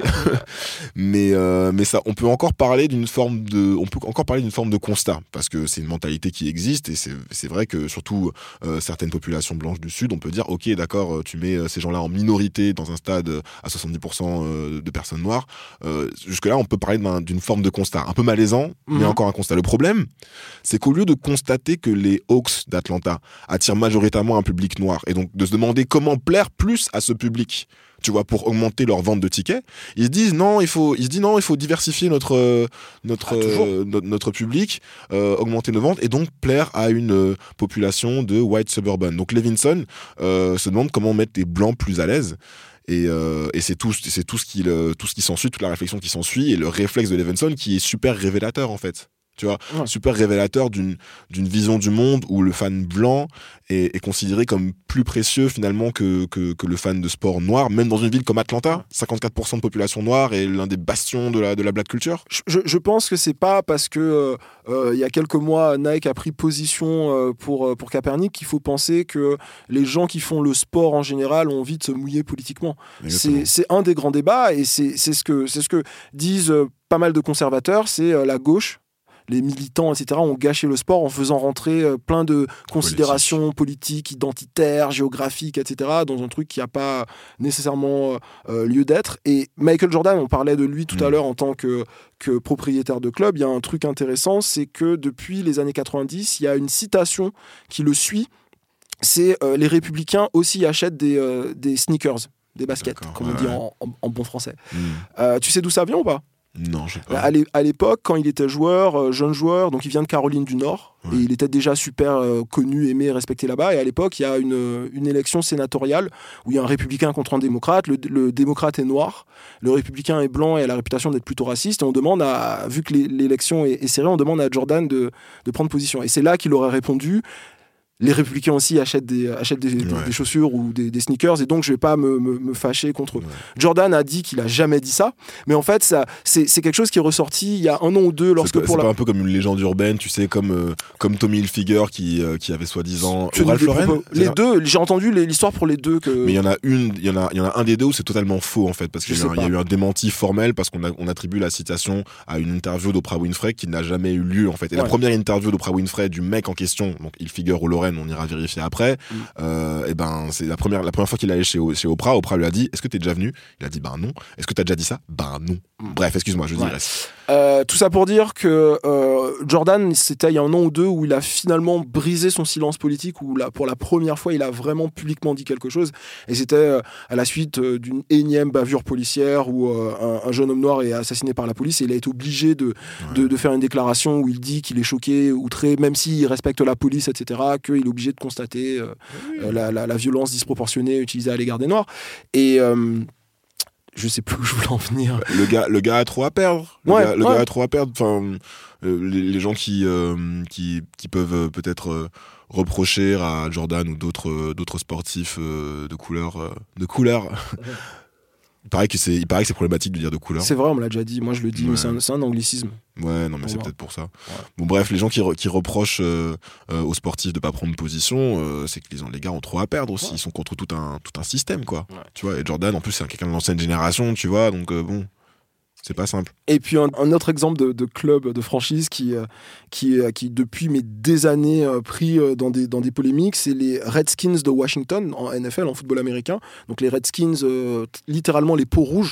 mais euh, mais ça, on peut encore parler d'une forme de, on peut encore parler d'une forme de constat, parce que c'est une mentalité qui existe et c'est c'est vrai que surtout euh, certaines populations blanches du Sud, on peut dire ok, d'accord, tu mets ces gens-là en minorité dans un stade à soixante-dix pour cent de personnes noires. Euh, jusque là, on peut parler d'un, d'une forme de constat, un peu malaisant, mmh. mais encore un constat. Le problème, c'est qu'au lieu de constater que les Hawks d'Atlanta attirent majoritairement un public noir et donc de se demander comment plaire plus à ce public, tu vois, pour augmenter leur vente de tickets, ils se disent non, il faut, ils se disent non, il faut diversifier notre notre ah, euh, notre, notre public, euh, augmenter nos ventes et donc plaire à une euh, population de white suburban. Donc Levinson euh, se demande comment mettre les blancs plus à l'aise. Et, euh, et c'est tout, c'est tout ce qui, le, tout ce qui s'ensuit, toute la réflexion qui s'ensuit et le réflexe de Levinson qui est super révélateur en fait. Tu vois, ouais. super révélateur d'une, d'une vision du monde où le fan blanc est, est considéré comme plus précieux finalement que, que, que le fan de sport noir, même dans une ville comme Atlanta, cinquante-quatre pour cent de population noire et l'un des bastions de la, de la black culture. Je, je pense que c'est pas parce que euh, il y a quelques mois Nike a pris position euh, pour, pour Kaepernick qu'il faut penser que les gens qui font le sport en général ont envie de se mouiller politiquement. C'est, c'est un des grands débats et c'est, c'est, ce que, c'est ce que disent euh, pas mal de conservateurs, c'est euh, la gauche. Les militants, et cetera, ont gâché le sport en faisant rentrer euh, plein de considérations politiques, identitaires, géographiques, et cetera, dans un truc qui n'a pas nécessairement euh, lieu d'être. Et Michael Jordan, on parlait de lui tout mmh. à l'heure en tant que, que propriétaire de club, il y a un truc intéressant, c'est que depuis les années quatre-vingt-dix, il y a une citation qui le suit, c'est euh, « Les républicains aussi achètent des, euh, des sneakers », des baskets, D'accord, comme ouais, on dit ouais. en, en, en bon français. Mmh. Euh, tu sais d'où ça vient ou pas ? Non, je sais pas. À l'époque, quand il était joueur, euh, jeune joueur, donc il vient de Caroline du Nord, ouais. et il était déjà super euh, connu, aimé, respecté là-bas. Et à l'époque, il y a une, une élection sénatoriale où il y a un républicain contre un démocrate. Le, le démocrate est noir, le républicain est blanc et a la réputation d'être plutôt raciste. Et on demande, à, vu que l'élection est, est serrée, on demande à Jordan de, de prendre position. Et c'est là qu'il aurait répondu. Les républicains aussi achètent des, achètent des, ouais. des, des chaussures ou des, des sneakers et donc je vais pas me, me, me fâcher contre eux. Ouais. Jordan a dit qu'il a jamais dit ça, mais en fait ça, c'est, c'est quelque chose qui est ressorti il y a un an ou deux lorsque c'est, pour c'est la... pas un peu comme une légende urbaine, tu sais, comme, euh, comme Tommy Hilfiger qui, euh, qui avait soi-disant... Ralph Lauren, les deux, j'ai entendu l'histoire pour les deux. Que... Mais il y en a une, il y en a, il y en a un des deux où c'est totalement faux en fait, parce qu'il y a, y a eu un démenti formel parce qu'on a, on attribue la citation à une interview d'Oprah Winfrey qui n'a jamais eu lieu en fait. Et ouais. la première interview d'Oprah Winfrey du mec en question, donc Hilfiger ou Lauren, on ira vérifier après, mm. euh, et ben c'est la première, la première fois qu'il allait chez, chez Oprah, Oprah lui a dit est-ce que t'es déjà venu? Il a dit ben non. Est-ce que t'as déjà dit ça? Ben non. Mm. Bref, excuse-moi, je digresse. Ouais. Euh, tout ça pour dire que euh, Jordan, c'était il y a un an ou deux où il a finalement brisé son silence politique, où là, pour la première fois il a vraiment publiquement dit quelque chose, et c'était euh, à la suite euh, d'une énième bavure policière où euh, un, un jeune homme noir est assassiné par la police et il a été obligé de, ouais. de, de faire une déclaration où il dit qu'il est choqué, outré, même s'il respecte la police, et cetera, qu'il est obligé de constater euh, oui. euh, la, la, la violence disproportionnée utilisée à l'égard des Noirs. Et euh, je sais plus où je voulais en venir. Le gars, le gars a trop à perdre. Le, ouais, gars, le ouais. gars a trop à perdre. Enfin, euh, les, les gens qui, euh, qui, qui peuvent euh, peut-être euh, reprocher à Jordan ou d'autres, euh, d'autres sportifs euh, de couleur, euh, de couleur. Il paraît que c'est, il paraît que c'est problématique de dire de couleur. C'est vrai, on me l'a déjà dit. Moi, je le dis, ouais. mais c'est un, c'est un anglicisme. Ouais, non, mais c'est moi. Peut-être pour ça. Ouais. Bon, bref, les gens qui, re, qui reprochent euh, euh, aux sportifs de pas prendre position, euh, c'est que les, les gars ont trop à perdre aussi. Ouais. Ils sont contre tout un, tout un système, quoi. Ouais. Tu vois, et Jordan, en plus, c'est quelqu'un de l'ancienne génération, tu vois, donc euh, bon. C'est pas simple. Et puis un, un autre exemple de, de club, de franchise qui, euh, qui, euh, qui depuis mais des années euh, pris euh, dans, des, dans des polémiques, c'est les Redskins de Washington en N F L, en football américain. Donc les Redskins, euh, littéralement les peaux rouges,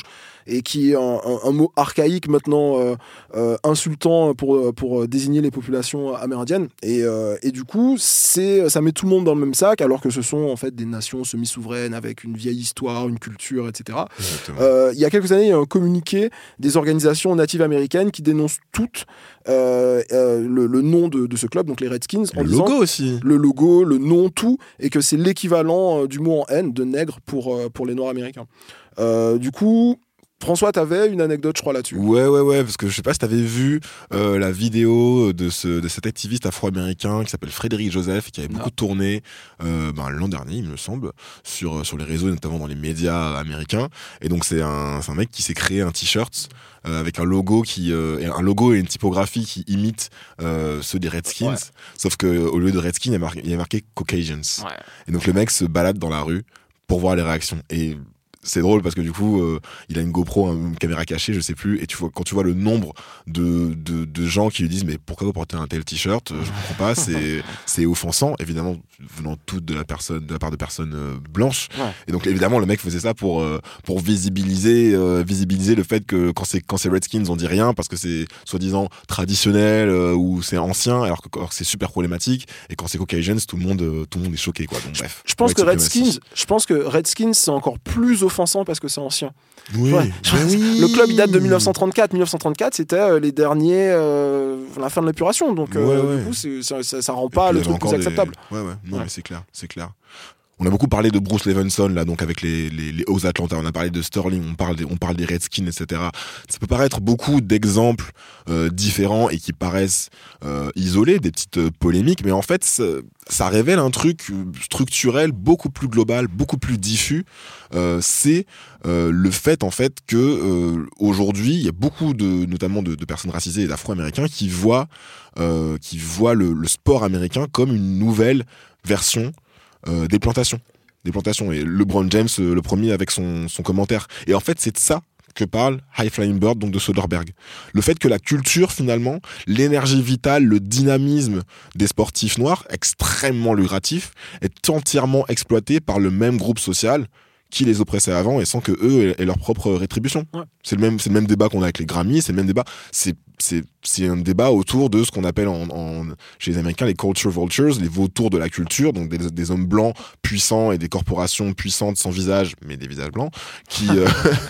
et qui est un, un, un mot archaïque maintenant euh, euh, insultant pour, pour désigner les populations amérindiennes. Et, euh, et du coup, c'est, ça met tout le monde dans le même sac, alors que ce sont en fait des nations semi-souveraines avec une vieille histoire, une culture, et cetera. Euh, il y a quelques années, il y a un communiqué des organisations natives américaines qui dénoncent toutes euh, euh, le, le nom de, de ce club, donc les Redskins. Le logo aussi. Le logo, le nom, tout, et que c'est l'équivalent euh, du mot en haine de nègre pour, euh, pour les Noirs américains. Euh, du coup, François, t'avais une anecdote, je crois, là-dessus. Ouais, ouais, ouais, parce que je sais pas si t'avais vu euh, la vidéo de, ce, de cet activiste afro-américain qui s'appelle Frédéric Joseph, qui avait beaucoup tourné euh, ben, l'an dernier, il me semble, sur, sur les réseaux, notamment dans les médias américains. Et donc, c'est un, c'est un mec qui s'est créé un t-shirt euh, avec un logo, qui, euh, un logo et une typographie qui imitent euh, ceux des Redskins. Ouais. Sauf qu'au lieu de Redskins, il y a marqué, il y a marqué Caucasians. Ouais. Et donc, le mec se balade dans la rue pour voir les réactions. Et c'est drôle parce que du coup, euh, il a une GoPro, une caméra cachée, je sais plus, et tu vois, quand tu vois le nombre de, de, de gens qui lui disent mais pourquoi vous portez un tel t-shirt, je comprends pas, c'est, c'est offensant, évidemment, venant tout de la personne, de la part de personnes euh, blanches. Ouais. Et donc évidemment, le mec faisait ça pour euh, pour visibiliser euh, visibiliser le fait que quand c'est quand c'est Redskins, on dit rien parce que c'est soi-disant traditionnel euh, ou c'est ancien, alors que, alors que c'est super problématique. Et quand c'est Caucasians, tout le monde euh, tout le monde est choqué, quoi. Donc bref. Je pense que Redskins, je pense que Redskins c'est encore plus offensant parce que c'est ancien. Oui, ouais. oui. Le club il date de dix-neuf cent trente-quatre. dix-neuf cent trente-quatre, c'était euh, les derniers, euh, la fin de l'épuration. Donc, euh, ouais, ouais. du coup, c'est, ça, ça, ça rend pas le truc plus acceptable. Des... Ouais, ouais. Non, ouais. mais c'est clair, c'est clair. On a beaucoup parlé de Bruce Levenson là, donc avec les les, les Hawks Atlanta. On a parlé de Sterling, on parle des, on parle des Redskins, et cetera. Ça peut paraître beaucoup d'exemples euh, différents et qui paraissent euh, isolés, des petites euh, polémiques, mais en fait, ça, ça révèle un truc structurel beaucoup plus global, beaucoup plus diffus. Euh, c'est euh, le fait en fait que euh, aujourd'hui, il y a beaucoup de, notamment de, de personnes racisées et d'Afro-Américains qui voient euh, qui voient le, le sport américain comme une nouvelle version Euh, des plantations, des plantations. Et LeBron James, euh, le premier avec son, son commentaire. Et en fait, c'est de ça que parle High Flying Bird, donc de Soderbergh. Le fait que la culture, finalement, l'énergie vitale, le dynamisme des sportifs noirs, extrêmement lucratif, est entièrement exploité par le même groupe social qui les oppressait avant et sans que eux aient leur propre rétribution. Ouais. C'est le même, c'est le même débat qu'on a avec les Grammys, c'est le même débat. C'est, c'est, c'est un débat autour de ce qu'on appelle en, en, chez les Américains les culture vultures, les vautours de la culture, donc des, des hommes blancs puissants et des corporations puissantes sans visage, mais des visages blancs, qui, euh,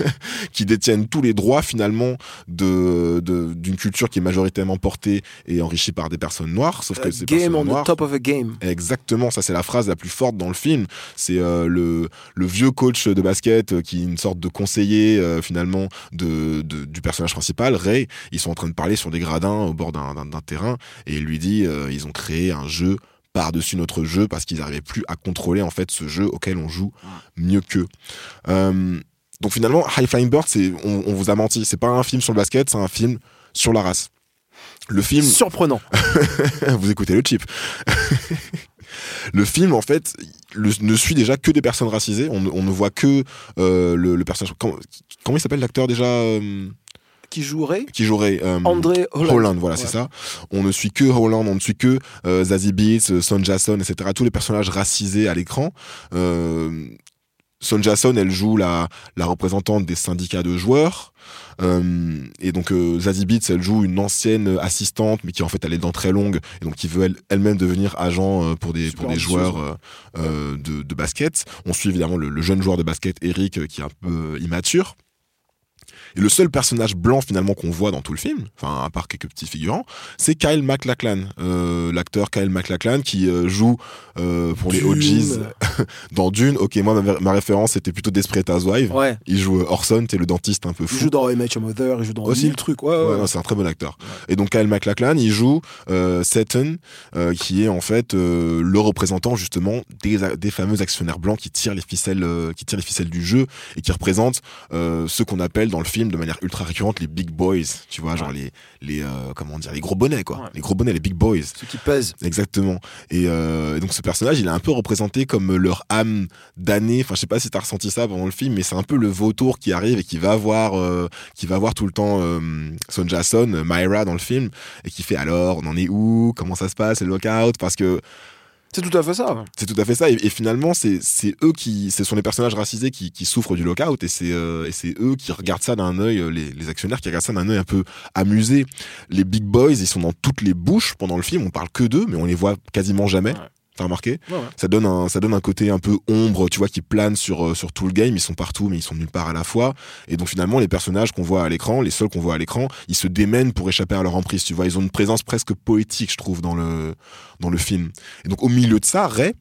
qui détiennent tous les droits finalement de, de, d'une culture qui est majoritairement portée et enrichie par des personnes noires, sauf que uh, ces game personnes on noires, the top of a game. Exactement, ça c'est la phrase la plus forte dans le film. C'est euh, le, le vieux coach de basket qui est une sorte de conseiller euh, finalement de, de, du personnage principal, Ray. Ils sont en train de parler sur des gradins au bord d'un, d'un, d'un terrain et il lui dit euh, ils ont créé un jeu par-dessus notre jeu parce qu'ils n'arrivaient plus à contrôler en fait ce jeu auquel on joue mieux qu'eux. Euh, donc finalement, High Flying Bird, c'est, on, on vous a menti, c'est pas un film sur le basket, c'est un film sur la race. Le film... Surprenant. Vous écoutez le chip. Le film, en fait, le, ne suit déjà que des personnes racisées. On, on ne voit que euh, le, le personnage... Comment, comment il s'appelle l'acteur déjà euh, Qui jouerait Qui jouerait euh, André Holland. Holland, voilà, ouais. C'est ça. On ne suit que Holland, on ne suit que euh, Zazie Beetz, Sonja Son, et cetera. Tous les personnages racisés à l'écran. Euh, Sonja Son, elle joue la, la représentante des syndicats de joueurs. Euh, et donc euh, Zazie Beetz, elle joue une ancienne assistante, mais qui en fait elle est dents très longues, et donc qui veut elle, elle-même devenir agent euh, pour des Super pour des joueurs euh, euh, de, de basket. On suit évidemment le, le jeune joueur de basket Eric, euh, qui est un peu immature. Et le seul personnage blanc finalement qu'on voit dans tout le film, enfin à part quelques petits figurants, c'est Kyle MacLachlan, euh, l'acteur Kyle MacLachlan qui euh, joue euh, pour Dune. Les O Gs dans Dune. Ok, moi ma, ma référence c'était plutôt Desperate Housewives. Ouais. Il joue Orson, t'es le dentiste un peu fou. Il joue dans I Met Your Mother, il joue dans aussi mille trucs. Ouais, ouais, ouais, non, c'est un très bon acteur. Ouais. Et donc Kyle MacLachlan, il joue euh, Satan, euh, qui est en fait euh, le représentant justement des, des fameux actionnaires blancs qui tirent les ficelles, euh, qui tirent les ficelles du jeu et qui représentent euh, ce qu'on appelle dans le film de manière ultra récurrente les big boys, tu vois, ouais. genre les les euh, comment dire, les gros bonnets quoi, ouais. les gros bonnets, les big boys, ceux qui pèsent. Exactement. Et euh, donc ce personnage, il est un peu représenté comme leur âme damnée. Enfin, je sais pas si t'as ressenti ça pendant le film, mais c'est un peu le vautour qui arrive et qui va voir euh, qui va voir tout le temps euh, Sonja Son, Myra dans le film, et qui fait alors on en est où, comment ça se passe, le lockout, parce que C'est tout à fait ça. C'est tout à fait ça. Et, et finalement, c'est, c'est eux qui, ce sont les personnages racisés qui, qui souffrent du lockout, et c'est, euh, et c'est eux qui regardent ça d'un œil, les, les actionnaires qui regardent ça d'un œil un peu amusé. Les big boys, ils sont dans toutes les bouches pendant le film. On parle que d'eux, mais on les voit quasiment jamais. Ouais. T'as remarqué ? Ouais, ouais. Ça donne un, ça donne un côté un peu ombre, tu vois, qui plane sur, euh, sur tout le game. Ils sont partout, mais ils sont nulle part à la fois. Et donc finalement, les personnages qu'on voit à l'écran, les seuls qu'on voit à l'écran, ils se démènent pour échapper à leur emprise. Tu vois, ils ont une présence presque poétique, je trouve, dans le, dans le film. Et donc au milieu de ça, Ray,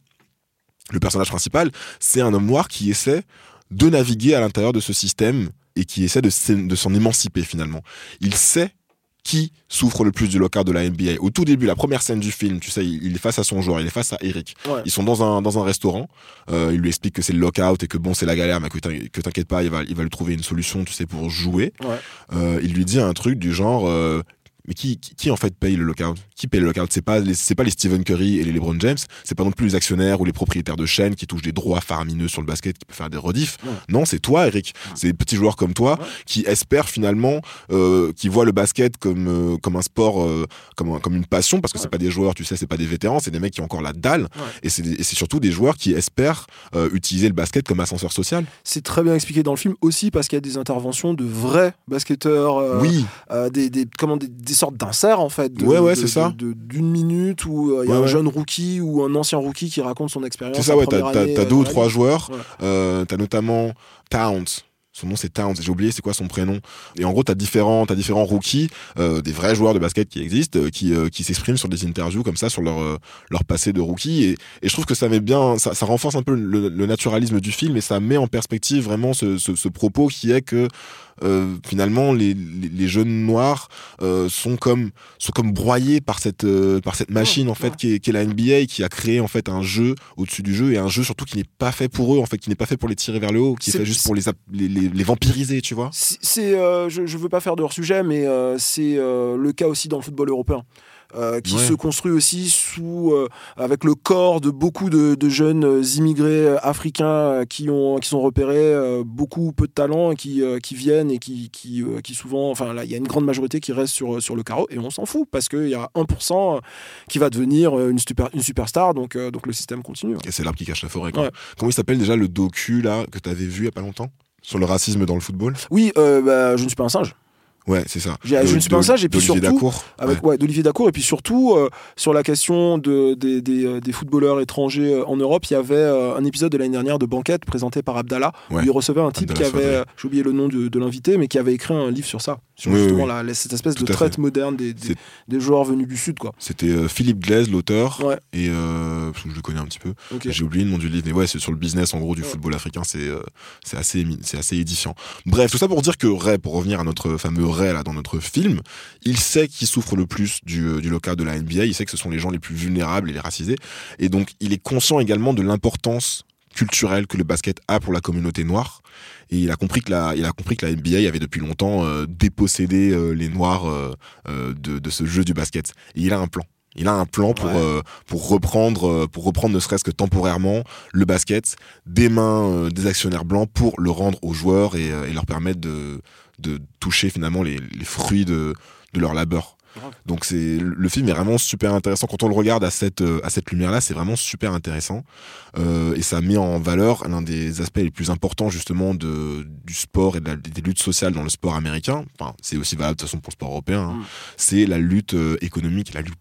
le personnage principal, c'est un homme noir qui essaie de naviguer à l'intérieur de ce système et qui essaie de, de s'en émanciper finalement. Il sait qui souffre le plus du lockout de la N B A. Au tout début, la première scène du film, tu sais, il est face à son joueur, il est face à Eric. Ouais. Ils sont dans un, dans un restaurant, euh, il lui explique que c'est le lockout et que bon, c'est la galère, mais que, que t'inquiète pas, il va, il va lui trouver une solution, tu sais, pour jouer. Ouais. Euh, il lui dit un truc du genre... Euh, mais qui, qui, qui en fait paye le lockout ? Qui paye le lockout ? C'est pas les, c'est pas les Stephen Curry et les LeBron James, c'est pas non plus les actionnaires ou les propriétaires de chaînes qui touchent des droits faramineux sur le basket, qui peuvent faire des rediffs. Ouais. Non, c'est toi, Eric. Ouais. C'est des petits joueurs comme toi ouais. qui espèrent finalement, euh, qui voient le basket comme euh, comme un sport, euh, comme un, comme une passion, parce que ouais. c'est pas des joueurs, tu sais, c'est pas des vétérans, c'est des mecs qui ont encore la dalle, ouais. et c'est des, et c'est surtout des joueurs qui espèrent euh, utiliser le basket comme ascenseur social. C'est très bien expliqué dans le film aussi parce qu'il y a des interventions de vrais basketteurs, euh, oui, euh, des, des comment des, des sortes d'inserts en fait. De, ouais, ouais, de, c'est ça. De, de, d'une minute où il euh, y a ouais, un ouais. jeune rookie ou un ancien rookie qui raconte son expérience. C'est ça, ouais. T'as, t'as, t'as deux ou trois joueurs. Ouais. Euh, t'as notamment Towns. Son nom c'est Towns, j'ai oublié c'est quoi son prénom. Et en gros t'as différents, t'as différents rookies, euh, des vrais joueurs de basket qui existent, euh, qui, euh, qui s'expriment sur des interviews comme ça sur leur euh, leur passé de rookie. Et, et je trouve que ça met bien, ça, ça renforce un peu le, le naturalisme du film et ça met en perspective vraiment ce, ce, ce propos qui est que euh, finalement les, les, les jeunes noirs euh, sont comme sont comme broyés par cette euh, par cette machine en fait qui est, qui est la N B A, qui a créé en fait un jeu au-dessus du jeu et un jeu surtout qui n'est pas fait pour eux en fait, qui n'est pas fait pour les tirer vers le haut, qui est, est fait juste pour les les, les, les vampiriser, tu vois. C'est, c'est euh, je, je veux pas faire de hors-sujet, mais euh, c'est euh, le cas aussi dans le football européen. Euh, qui ouais. se construit aussi sous, euh, avec le corps de beaucoup de, de jeunes immigrés africains qui, ont, qui sont repérés, euh, beaucoup peu de talent, qui, euh, qui viennent et qui, qui, euh, qui souvent, enfin là, il y a une grande majorité qui reste sur, sur le carreau et on s'en fout parce qu'il y a un pour cent qui va devenir une, super, une superstar, donc, euh, donc le système continue. Et c'est l'arbre qui cache la forêt. Quoi. Ouais. Comment il s'appelle déjà le docu là, que tu avais vu il n'y a pas longtemps sur le racisme dans le football ? Oui, euh, bah, je ne suis pas un singe. Ouais, c'est ça. J'ai, je ne suis pas un sage, et puis surtout Dacour. avec ouais. Ouais, d'Olivier Dacour, et puis surtout euh, sur la question de, des, des, des footballeurs étrangers euh, en Europe, il y avait euh, un épisode de l'année dernière de Banquette présenté par Abdallah, ouais. où il recevait un type Abdallah qui avait, euh, j'ai oublié le nom de, de l'invité, mais qui avait écrit un livre sur ça, sur oui, justement oui, oui. La, cette espèce Tout de traite fait. moderne des, des, des joueurs venus du Sud, quoi. C'était euh, Philippe Glaise, l'auteur, ouais. et euh, je le connais un petit peu. Okay. J'ai oublié le nom du livre, mais ouais, c'est sur le business en gros du ouais. football africain, c'est euh, c'est assez c'est assez édifiant. Bref, tout ça pour dire que Ray, pour revenir à notre fameux Ray là dans notre film, il sait qui souffre le plus du, du lockout de la N B A, il sait que ce sont les gens les plus vulnérables et les racisés, et donc il est conscient également de l'importance culturelle que le basket a pour la communauté noire, et il a compris que la, il a compris que la N B A avait depuis longtemps euh, dépossédé euh, les noirs euh, euh, de, de ce jeu du basket, et il a un plan. Il a un plan pour, ouais. euh, pour, reprendre, euh, pour reprendre ne serait-ce que temporairement le basket des mains euh, des actionnaires blancs pour le rendre aux joueurs et, euh, et leur permettre de, de toucher finalement les, les fruits de, de leur labeur. Donc c'est, le film est vraiment super intéressant. Quand on le regarde à cette, à cette lumière-là, c'est vraiment super intéressant. Euh, et ça met en valeur l'un des aspects les plus importants justement de, du sport et de la, des luttes sociales dans le sport américain. Enfin, c'est aussi valable de toute façon pour le sport européen. Hein. Mm. C'est la lutte euh, économique, la lutte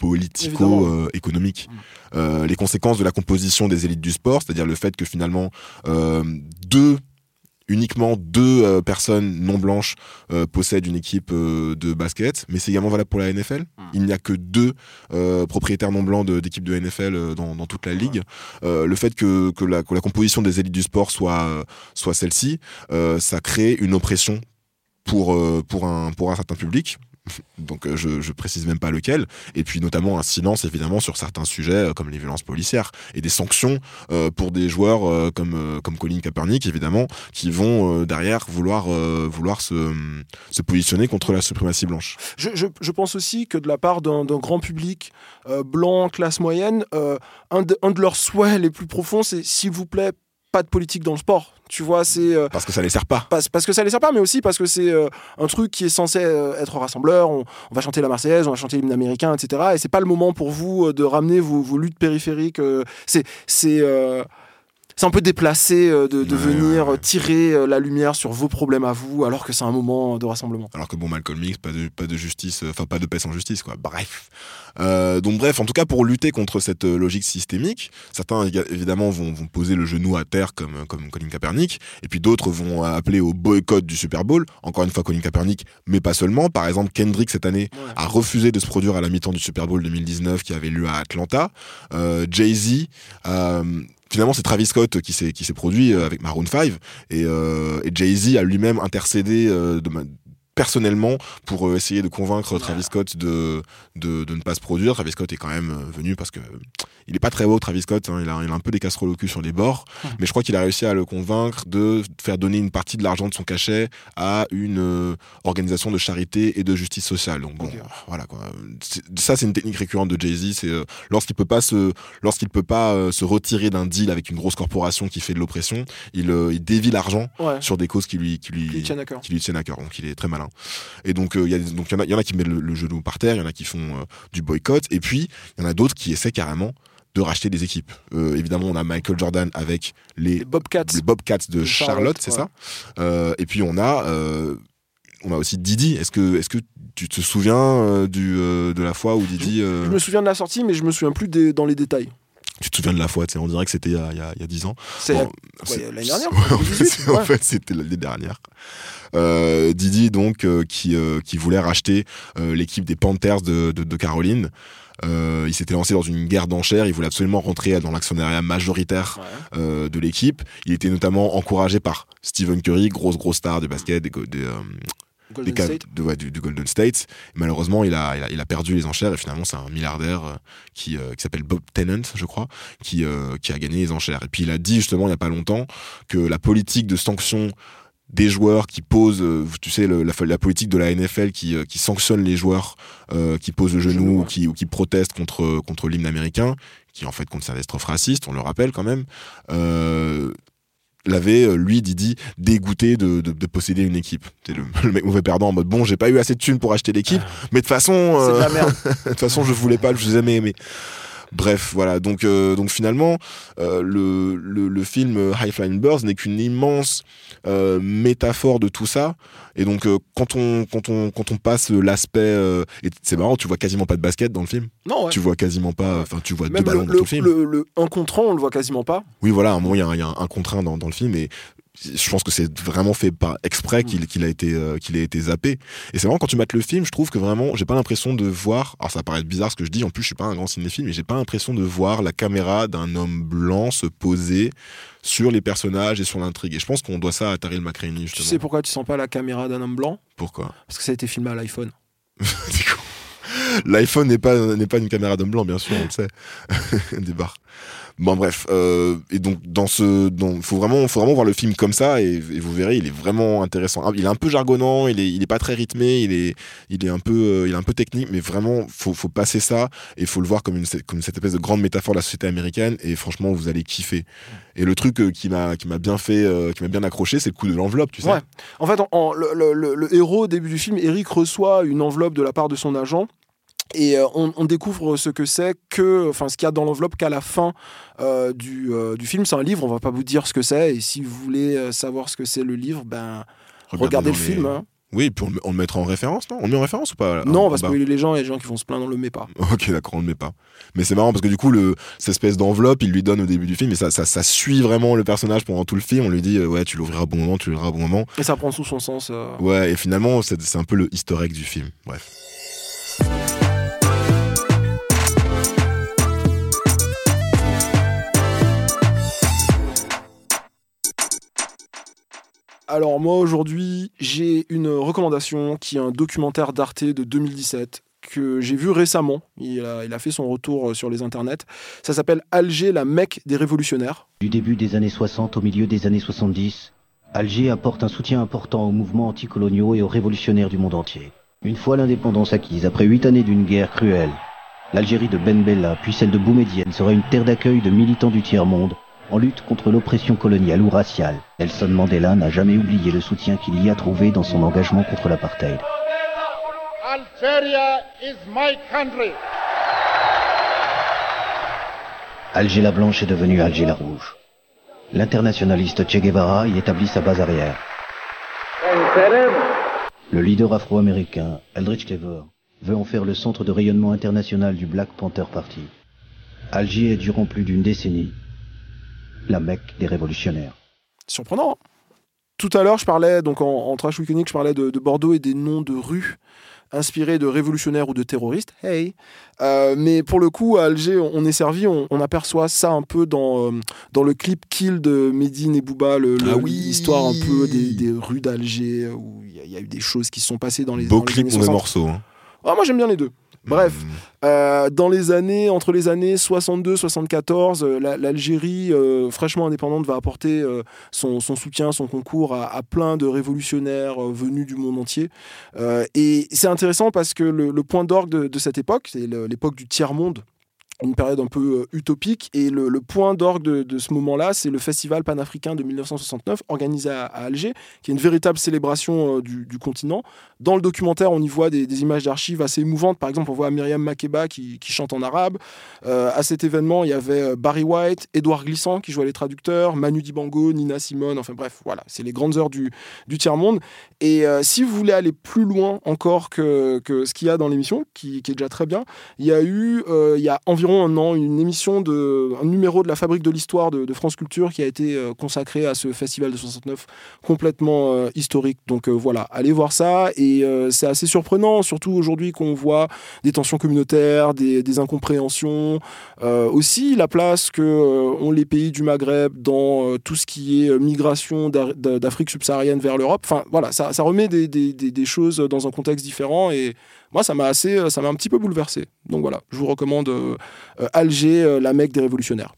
politico-économique. Euh, euh, les conséquences de la composition des élites du sport, c'est-à-dire le fait que finalement euh, deux, uniquement deux euh, personnes non blanches euh, possèdent une équipe euh, de basket, mais c'est également valable pour la N F L. Mmh. Il n'y a que deux euh, propriétaires non blancs de, d'équipes de N F L euh, dans, dans toute la ligue. Euh, le fait que, que, la, que la composition des élites du sport soit, euh, soit celle-ci, euh, ça crée une oppression pour, euh, pour, un, pour un certain public. Donc euh, je, je précise même pas lequel, et puis notamment un silence évidemment sur certains sujets euh, comme les violences policières et des sanctions euh, pour des joueurs euh, comme euh, comme Colin Kaepernick évidemment qui vont euh, derrière vouloir euh, vouloir se se positionner contre la suprématie blanche. Je, je, je pense aussi que de la part d'un, d'un grand public euh, blanc classe moyenne, euh, un, de, un de leurs souhaits les plus profonds, c'est s'il vous plaît pas de politique dans le sport. Tu vois, c'est euh, parce que ça les sert pas. Parce, parce que ça les sert pas, mais aussi parce que c'est euh, un truc qui est censé euh, être rassembleur. On, on va chanter la Marseillaise, on va chanter l'hymne américain, et cetera. Et c'est pas le moment pour vous euh, de ramener vos, vos luttes périphériques. Euh, c'est c'est euh, c'est un peu déplacé euh, de, de ouais, venir ouais, ouais. tirer euh, la lumière sur vos problèmes à vous, alors que c'est un moment de rassemblement. Alors que bon, Malcolm X, pas de pas de justice, enfin pas de paix sans justice, quoi. Bref. Euh, donc bref, en tout cas pour lutter contre cette euh, logique systémique, certains évidemment vont, vont poser le genou à terre comme, comme Colin Kaepernick, et puis d'autres vont appeler au boycott du Super Bowl. Encore une fois Colin Kaepernick, mais pas seulement. Par exemple, Kendrick cette année ouais. a refusé de se produire à la mi-temps du Super Bowl deux mille dix-neuf qui avait lieu à Atlanta. Euh, Jay-Z euh, Finalement, c'est Travis Scott qui s'est, qui s'est produit avec Maroon five, et, euh, et Jay-Z a lui-même intercédé euh, de, personnellement pour euh, essayer de convaincre Travis Scott de, de, de ne pas se produire. Travis Scott est quand même euh, venu parce que euh, il est pas très haut, Travis Scott, hein, il, a, il a un peu des casseroles au cul sur les bords, mmh. mais je crois qu'il a réussi à le convaincre de faire donner une partie de l'argent de son cachet à une euh, organisation de charité et de justice sociale. Donc bon, okay. voilà quoi. C'est, ça c'est une technique récurrente de Jay-Z, c'est euh, lorsqu'il peut pas se lorsqu'il peut pas euh, se retirer d'un deal avec une grosse corporation qui fait de l'oppression, il, euh, il dévie l'argent ouais. sur des causes qui lui qui lui, qui lui tiennent à cœur. Qui lui tiennent à cœur. Donc il est très malin. Et donc il euh, y a donc il y en a il y en a qui mettent le, le genou par terre, il y en a qui font euh, du boycott, et puis il y en a d'autres qui essaient carrément de racheter des équipes. Euh, évidemment, on a Michael Jordan avec les, les Bobcats, les Bobcats de, de Charlotte, Charlotte, c'est ouais. ça. Euh, et puis on a, euh, on a aussi Didi. Est-ce que, est-ce que tu te souviens euh, du, euh, de la fois où Didi euh... Je me souviens de la sortie, mais je me souviens plus des, dans les détails. Tu te souviens de la fois, on dirait que c'était il y a, il y a, il y a dix ans. C'est bon, la... ouais, l'année dernière. en, fait, ouais. en fait, c'était l'année dernière. Euh, Didi, donc, euh, qui, euh, qui voulait racheter euh, l'équipe des Panthers de, de, de Caroline. Euh, il s'était lancé dans une guerre d'enchères, il voulait absolument rentrer dans l'actionnariat majoritaire ouais. euh, de l'équipe. Il était notamment encouragé par Stephen Curry, grosse grosse star de basket, des, des, euh, Golden des State. De, ouais, du, du Golden State. Malheureusement, il a, il, a, il a perdu les enchères et finalement, c'est un milliardaire euh, qui, euh, qui s'appelle Bob Tennant, je crois, qui, euh, qui a gagné les enchères. Et puis il a dit justement il n'y a pas longtemps que la politique de sanction des joueurs qui posent, tu sais, le, la, la politique de la N F L qui, qui sanctionne les joueurs euh, qui posent le genou, genou ouais. ou, qui, ou qui protestent contre, contre l'hymne américain, qui en fait contre sa catastrophe raciste, on le rappelle quand même, euh, l'avait, lui, Didi, dégoûté de, de, de posséder une équipe. C'est le, le mec mauvais perdant en mode, bon, j'ai pas eu assez de thunes pour acheter l'équipe, mais de toute façon, euh, c'est de la merde. de toute façon, je voulais pas, je vous ai jamais aimé. Bref, voilà. Donc, euh, donc finalement, euh, le, le, le film High Flying Birds n'est qu'une immense euh, métaphore de tout ça. Et donc, euh, quand on quand on quand on passe l'aspect, euh, et c'est marrant, tu vois quasiment pas de basket dans le film. Non. Ouais. Tu vois quasiment pas. Enfin, tu vois Même deux ballons le, dans tout le film. Le, le un contre un, on le voit quasiment pas. Oui, voilà. À un moment, il y a un, il y a un contre un dans, dans le film, et je pense que c'est vraiment fait par exprès qu'il, qu'il a été euh, qu'il a été zappé. Et c'est vraiment quand tu mates le film, je trouve que vraiment j'ai pas l'impression de voir, alors ça va paraître bizarre ce que je dis, en plus je suis pas un grand cinéphile, mais j'ai pas l'impression de voir la caméra d'un homme blanc se poser sur les personnages et sur l'intrigue. Et je pense qu'on doit ça à Terrell McCraney, justement. Tu sais pourquoi tu sens pas la caméra d'un homme blanc ? Pourquoi ? Parce que ça a été filmé à l'iPhone. L'iPhone n'est pas, n'est pas une caméra d'homme blanc, bien sûr, on le sait. Des barres. Bon, bref. Euh, et donc, dans ce, dans, faut vraiment, faut vraiment voir le film comme ça, et, et vous verrez, il est vraiment intéressant. Il est un peu jargonnant, il est, il est pas très rythmé, il est, il est un peu, euh, il est un peu technique, mais vraiment, faut, faut passer ça, et faut le voir comme une, comme cette espèce de grande métaphore de la société américaine, et franchement, vous allez kiffer. Et le truc euh, qui m'a, qui m'a bien fait, euh, qui m'a bien accroché, c'est le coup de l'enveloppe, tu sais. Ouais. En fait, en, en, le, le, le, le héros au début du film, Eric reçoit une enveloppe de la part de son agent. Et euh, on, on découvre ce que c'est, que, enfin, ce qu'il y a dans l'enveloppe qu'à la fin euh, du, euh, du film. C'est un livre, on va pas vous dire ce que c'est. Et si vous voulez euh, savoir ce que c'est le livre, ben regardez, regardez le les... film. Hein. Oui, puis on le, on le mettra en référence, non ? On le met en référence ou pas là, non, on va spoiler les gens, et les gens qui vont se plaindre, on le met pas. Ok, d'accord, on le met pas. Mais c'est marrant parce que du coup, le, cette espèce d'enveloppe, il lui donne au début du film, et ça, ça, ça suit vraiment le personnage pendant tout le film. On lui dit, euh, ouais, tu l'ouvriras à bon moment, tu l'ouvriras à bon moment. Et ça prend sous son sens. Euh... Ouais, et finalement, c'est, c'est un peu le easter egg du film. Bref. Alors moi aujourd'hui, j'ai une recommandation qui est un documentaire d'Arte de deux mille dix-sept que j'ai vu récemment. Il a, il a fait son retour sur les internets. Ça s'appelle Alger, la Mecque des révolutionnaires. Du début des années soixante au milieu des années soixante-dix, Alger apporte un soutien important aux mouvements anticoloniaux et aux révolutionnaires du monde entier. Une fois l'indépendance acquise, après huit années d'une guerre cruelle, l'Algérie de Ben Bella, puis celle de Boumedienne, sera une terre d'accueil de militants du tiers-monde, En lutte contre l'oppression coloniale ou raciale, Nelson Mandela n'a jamais oublié le soutien qu'il y a trouvé dans son engagement contre l'apartheid. Algeria is my country. Alger la Blanche est devenue Alger la Rouge. L'internationaliste Che Guevara y établit sa base arrière. Le leader afro-américain, Eldridge Cleaver, veut en faire le centre de rayonnement international du Black Panther Party. Alger est durant plus d'une décennie la Mecque des révolutionnaires. Surprenant. Tout à l'heure, je parlais, donc en, en Trash Weekend, je parlais de, de Bordeaux et des noms de rues inspirés de révolutionnaires ou de terroristes. Hey. Euh, mais pour le coup, à Alger, on est servi, on, on aperçoit ça un peu dans, euh, dans le clip Kill de Medine et Booba, le, le, ah oui. l'histoire un peu des, des rues d'Alger, où il y, y a eu des choses qui se sont passées dans les, Beau dans les clip, années soixante. mauvais morceau. Hein. Ah, moi, j'aime bien les deux. Bref, mmh. euh, dans les années, entre les années soixante-deux soixante-quatorze, euh, la, l'Algérie, euh, fraîchement indépendante, va apporter euh, son, son soutien, son concours à, à plein de révolutionnaires euh, venus du monde entier. Euh, et c'est intéressant parce que le, le point d'orgue de, de cette époque, c'est le, l'époque du tiers-monde, une période un peu euh, utopique, et le, le point d'orgue de, de ce moment-là, c'est le Festival panafricain de dix-neuf cent soixante-neuf, organisé à, à Alger, qui est une véritable célébration euh, du, du continent. Dans le documentaire, on y voit des, des images d'archives assez émouvantes. Par exemple, on voit Myriam Makeba qui, qui chante en arabe. Euh, à cet événement, il y avait Barry White, Édouard Glissant qui jouait les traducteurs, Manu Dibango, Nina Simone, enfin bref, voilà, c'est les grandes heures du, du tiers-monde. Et euh, si vous voulez aller plus loin encore que, que ce qu'il y a dans l'émission, qui, qui est déjà très bien, il y a eu, euh, il y a environ un an, une émission, de, un numéro de la Fabrique de l'Histoire de, de France Culture qui a été euh, consacré à ce festival de soixante-neuf complètement euh, historique. Donc euh, voilà, allez voir ça. Et euh, c'est assez surprenant, surtout aujourd'hui qu'on voit des tensions communautaires, des, des incompréhensions. Euh, aussi la place que euh, ont les pays du Maghreb dans euh, tout ce qui est migration d'Afrique subsaharienne vers l'Europe. Enfin voilà, ça, ça remet des, des, des, des choses dans un contexte différent, et moi ça m'a assez, ça m'a un petit peu bouleversé. Donc voilà, je vous recommande euh, euh, Alger, euh, la Mecque des révolutionnaires.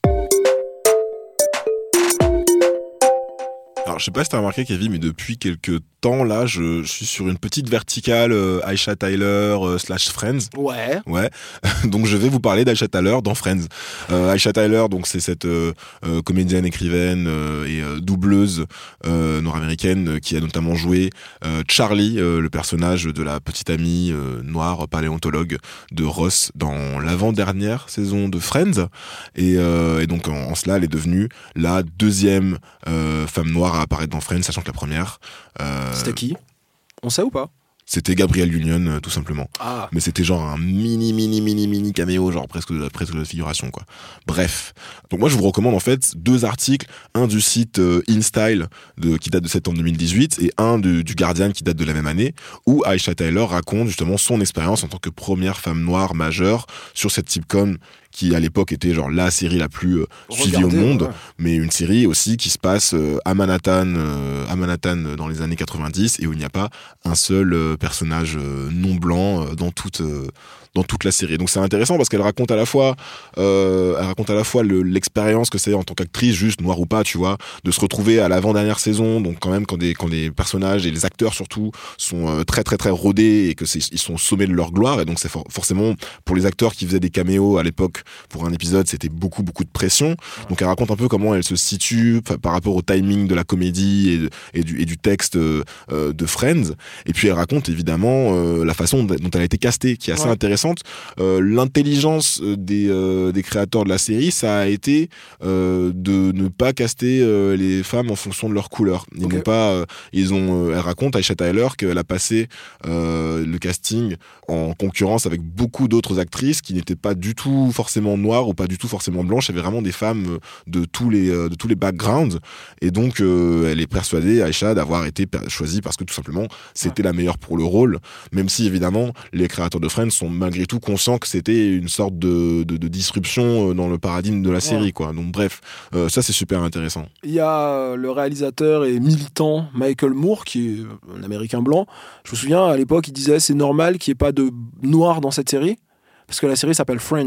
Alors, je sais pas si t'as remarqué, Kevin, mais depuis quelques temps, là, je, je suis sur une petite verticale euh, Aisha Tyler euh, slash Friends. Ouais. Ouais. Donc, je vais vous parler d'Aisha Tyler dans Friends. Euh, Aisha Tyler, donc, c'est cette euh, euh, comédienne, écrivaine euh, et euh, doubleuse euh, nord-américaine euh, qui a notamment joué euh, Charlie, euh, le personnage de la petite amie euh, noire paléontologue de Ross dans l'avant-dernière saison de Friends. Et, euh, et donc, en, en cela, elle est devenue la deuxième euh, femme noire à apparaître dans Friends, sachant que la première... Euh, C'était qui ? On sait ou pas ? C'était Gabrielle Union, euh, tout simplement. Ah. Mais c'était genre un mini, mini, mini, mini caméo, genre presque de la, presque de la figuration, quoi. Bref. Donc moi, je vous recommande, en fait, deux articles. Un du site euh, InStyle, de, qui date de septembre deux mille dix-huit, et un du, du Guardian, qui date de la même année, où Aisha Tyler raconte justement son expérience en tant que première femme noire majeure sur cette sitcom qui à l'époque était genre la série la plus euh, suivie au monde, ouais. Mais une série aussi qui se passe euh, à Manhattan, euh, à Manhattan dans les années quatre-vingt-dix, et où il n'y a pas un seul euh, personnage euh, non blanc euh, dans toute euh, dans toute la série. Donc c'est intéressant parce qu'elle raconte à la fois, euh, elle raconte à la fois le, l'expérience que c'est en tant qu'actrice, juste noire ou pas, tu vois, de se retrouver à l'avant-dernière saison, donc quand même quand des quand des personnages et les acteurs surtout sont euh, très très très rodés et que c'est ils sont au sommet de leur gloire, et donc c'est for- forcément pour les acteurs qui faisaient des caméos à l'époque pour un épisode, c'était beaucoup beaucoup de pression. Donc elle raconte un peu comment elle se situe par rapport au timing de la comédie et, de, et du et du texte euh, de Friends. Et puis elle raconte évidemment euh, la façon dont elle a été castée, qui est assez ouais. intéressante. Euh, l'intelligence des euh, des créateurs de la série, ça a été euh, de ne pas caster euh, les femmes en fonction de leur couleur. Ils okay. n'ont pas, euh, ils ont. Euh, elle raconte, Aisha Tyler, qu'elle a passé euh, le casting en concurrence avec beaucoup d'autres actrices qui n'étaient pas du tout forcément noires ou pas du tout forcément blanches. Il y avait vraiment des femmes de tous les de tous les backgrounds, et donc euh, elle est persuadée, Aisha, d'avoir été choisie parce que tout simplement c'était ouais. la meilleure pour le rôle. Même si évidemment les créateurs de Friends sont malgré tout conscients que c'était une sorte de, de, de disruption dans le paradigme de la série, ouais. quoi. Donc bref, euh, ça c'est super intéressant. Il y a le réalisateur et militant Michael Moore, qui est un Américain blanc. Je me souviens à l'époque, il disait c'est normal qu'il n'y ait pas de noirs dans cette série parce que la série s'appelle Friends.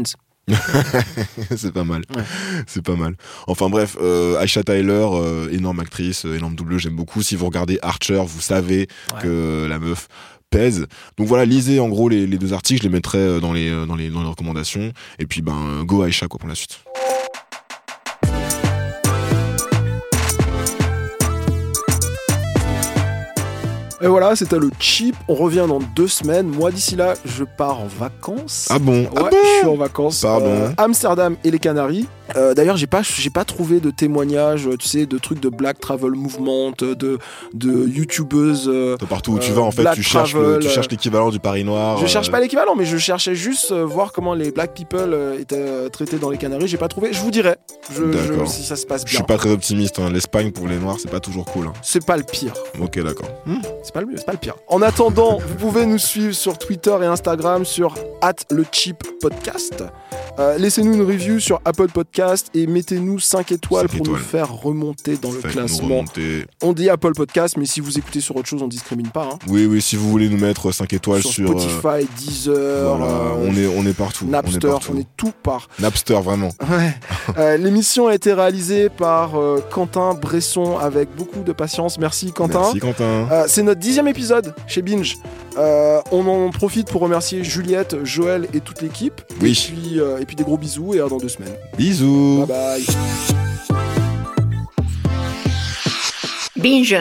C'est pas mal, ouais. c'est pas mal. Enfin bref, euh, Aisha Tyler, euh, énorme actrice, euh, énorme doubleur, j'aime beaucoup. Si vous regardez Archer, vous savez ouais. que la meuf pèse. Donc voilà, lisez en gros les, les deux articles, je les mettrai dans les, dans les, dans les recommandations. Et puis ben, go Aisha quoi pour la suite. Et voilà, c'était le Chip. On revient dans deux semaines. Moi, d'ici là, je pars en vacances. Ah bon? Ouais, Ah bon je suis en vacances. Pardon. Euh, Amsterdam et les Canaries. Euh, d'ailleurs, j'ai pas, j'ai pas trouvé de témoignages, tu sais, de trucs de Black Travel Movement, de, de youtubeuses. Euh, de partout où tu vas, en fait, Black tu cherches, Travel, le, tu cherches l'équivalent du Paris Noir. Je euh... cherche pas l'équivalent, mais je cherchais juste euh, voir comment les Black People euh, étaient euh, traités dans les Canaries. J'ai pas trouvé. Je vous dirai. Je, je, si ça se passe bien. Je suis pas très optimiste. Hein. L'Espagne pour les Noirs, c'est pas toujours cool. Hein. C'est pas le pire. Ok, d'accord. Hmm, c'est pas le mieux, c'est pas le pire. En attendant, vous pouvez nous suivre sur Twitter et Instagram sur arobase le chip podcast. Euh, laissez-nous une review sur Apple Podcast et mettez-nous cinq étoiles cinq pour étoiles. nous faire remonter dans Faites-nous le classement. remonter. On dit Apple Podcast, mais si vous écoutez sur autre chose, on discrimine pas. Hein. Oui, oui, si vous voulez nous mettre cinq étoiles sur, sur Spotify, euh... Deezer, voilà, euh, on, est, on est partout. Napster, on est, partout. on est tout par. Napster, vraiment. Ouais. euh, l'émission a été réalisée par euh, Quentin Bresson avec beaucoup de patience. Merci Quentin. Merci Quentin. Euh, c'est notre dixième épisode chez Binge. Euh, on en profite pour remercier Juliette, Joël et toute l'équipe. Oui. Et puis, euh, et puis des gros bisous et à dans deux semaines. Bisous. Bye bye. Binge.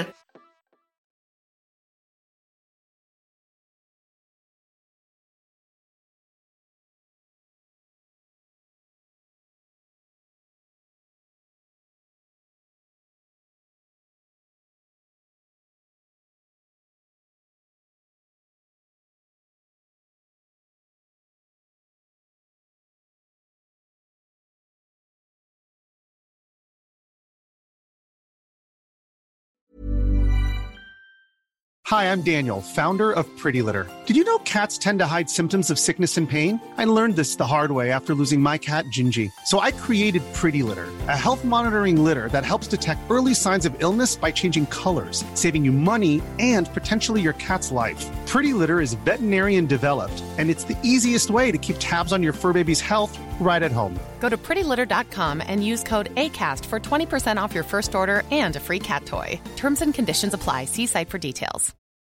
Hi, I'm Daniel, founder of Pretty Litter. Did you know cats tend to hide symptoms of sickness and pain? I learned this the hard way after losing my cat, Gingy. So I created Pretty Litter, a health monitoring litter that helps detect early signs of illness by changing colors, saving you money and potentially your cat's life. Pretty Litter is veterinarian developed, and it's the easiest way to keep tabs on your fur baby's health right at home. Go to pretty litter dot com and use code ACAST for twenty percent off your first order and a free cat toy. Terms and conditions apply. See site for details.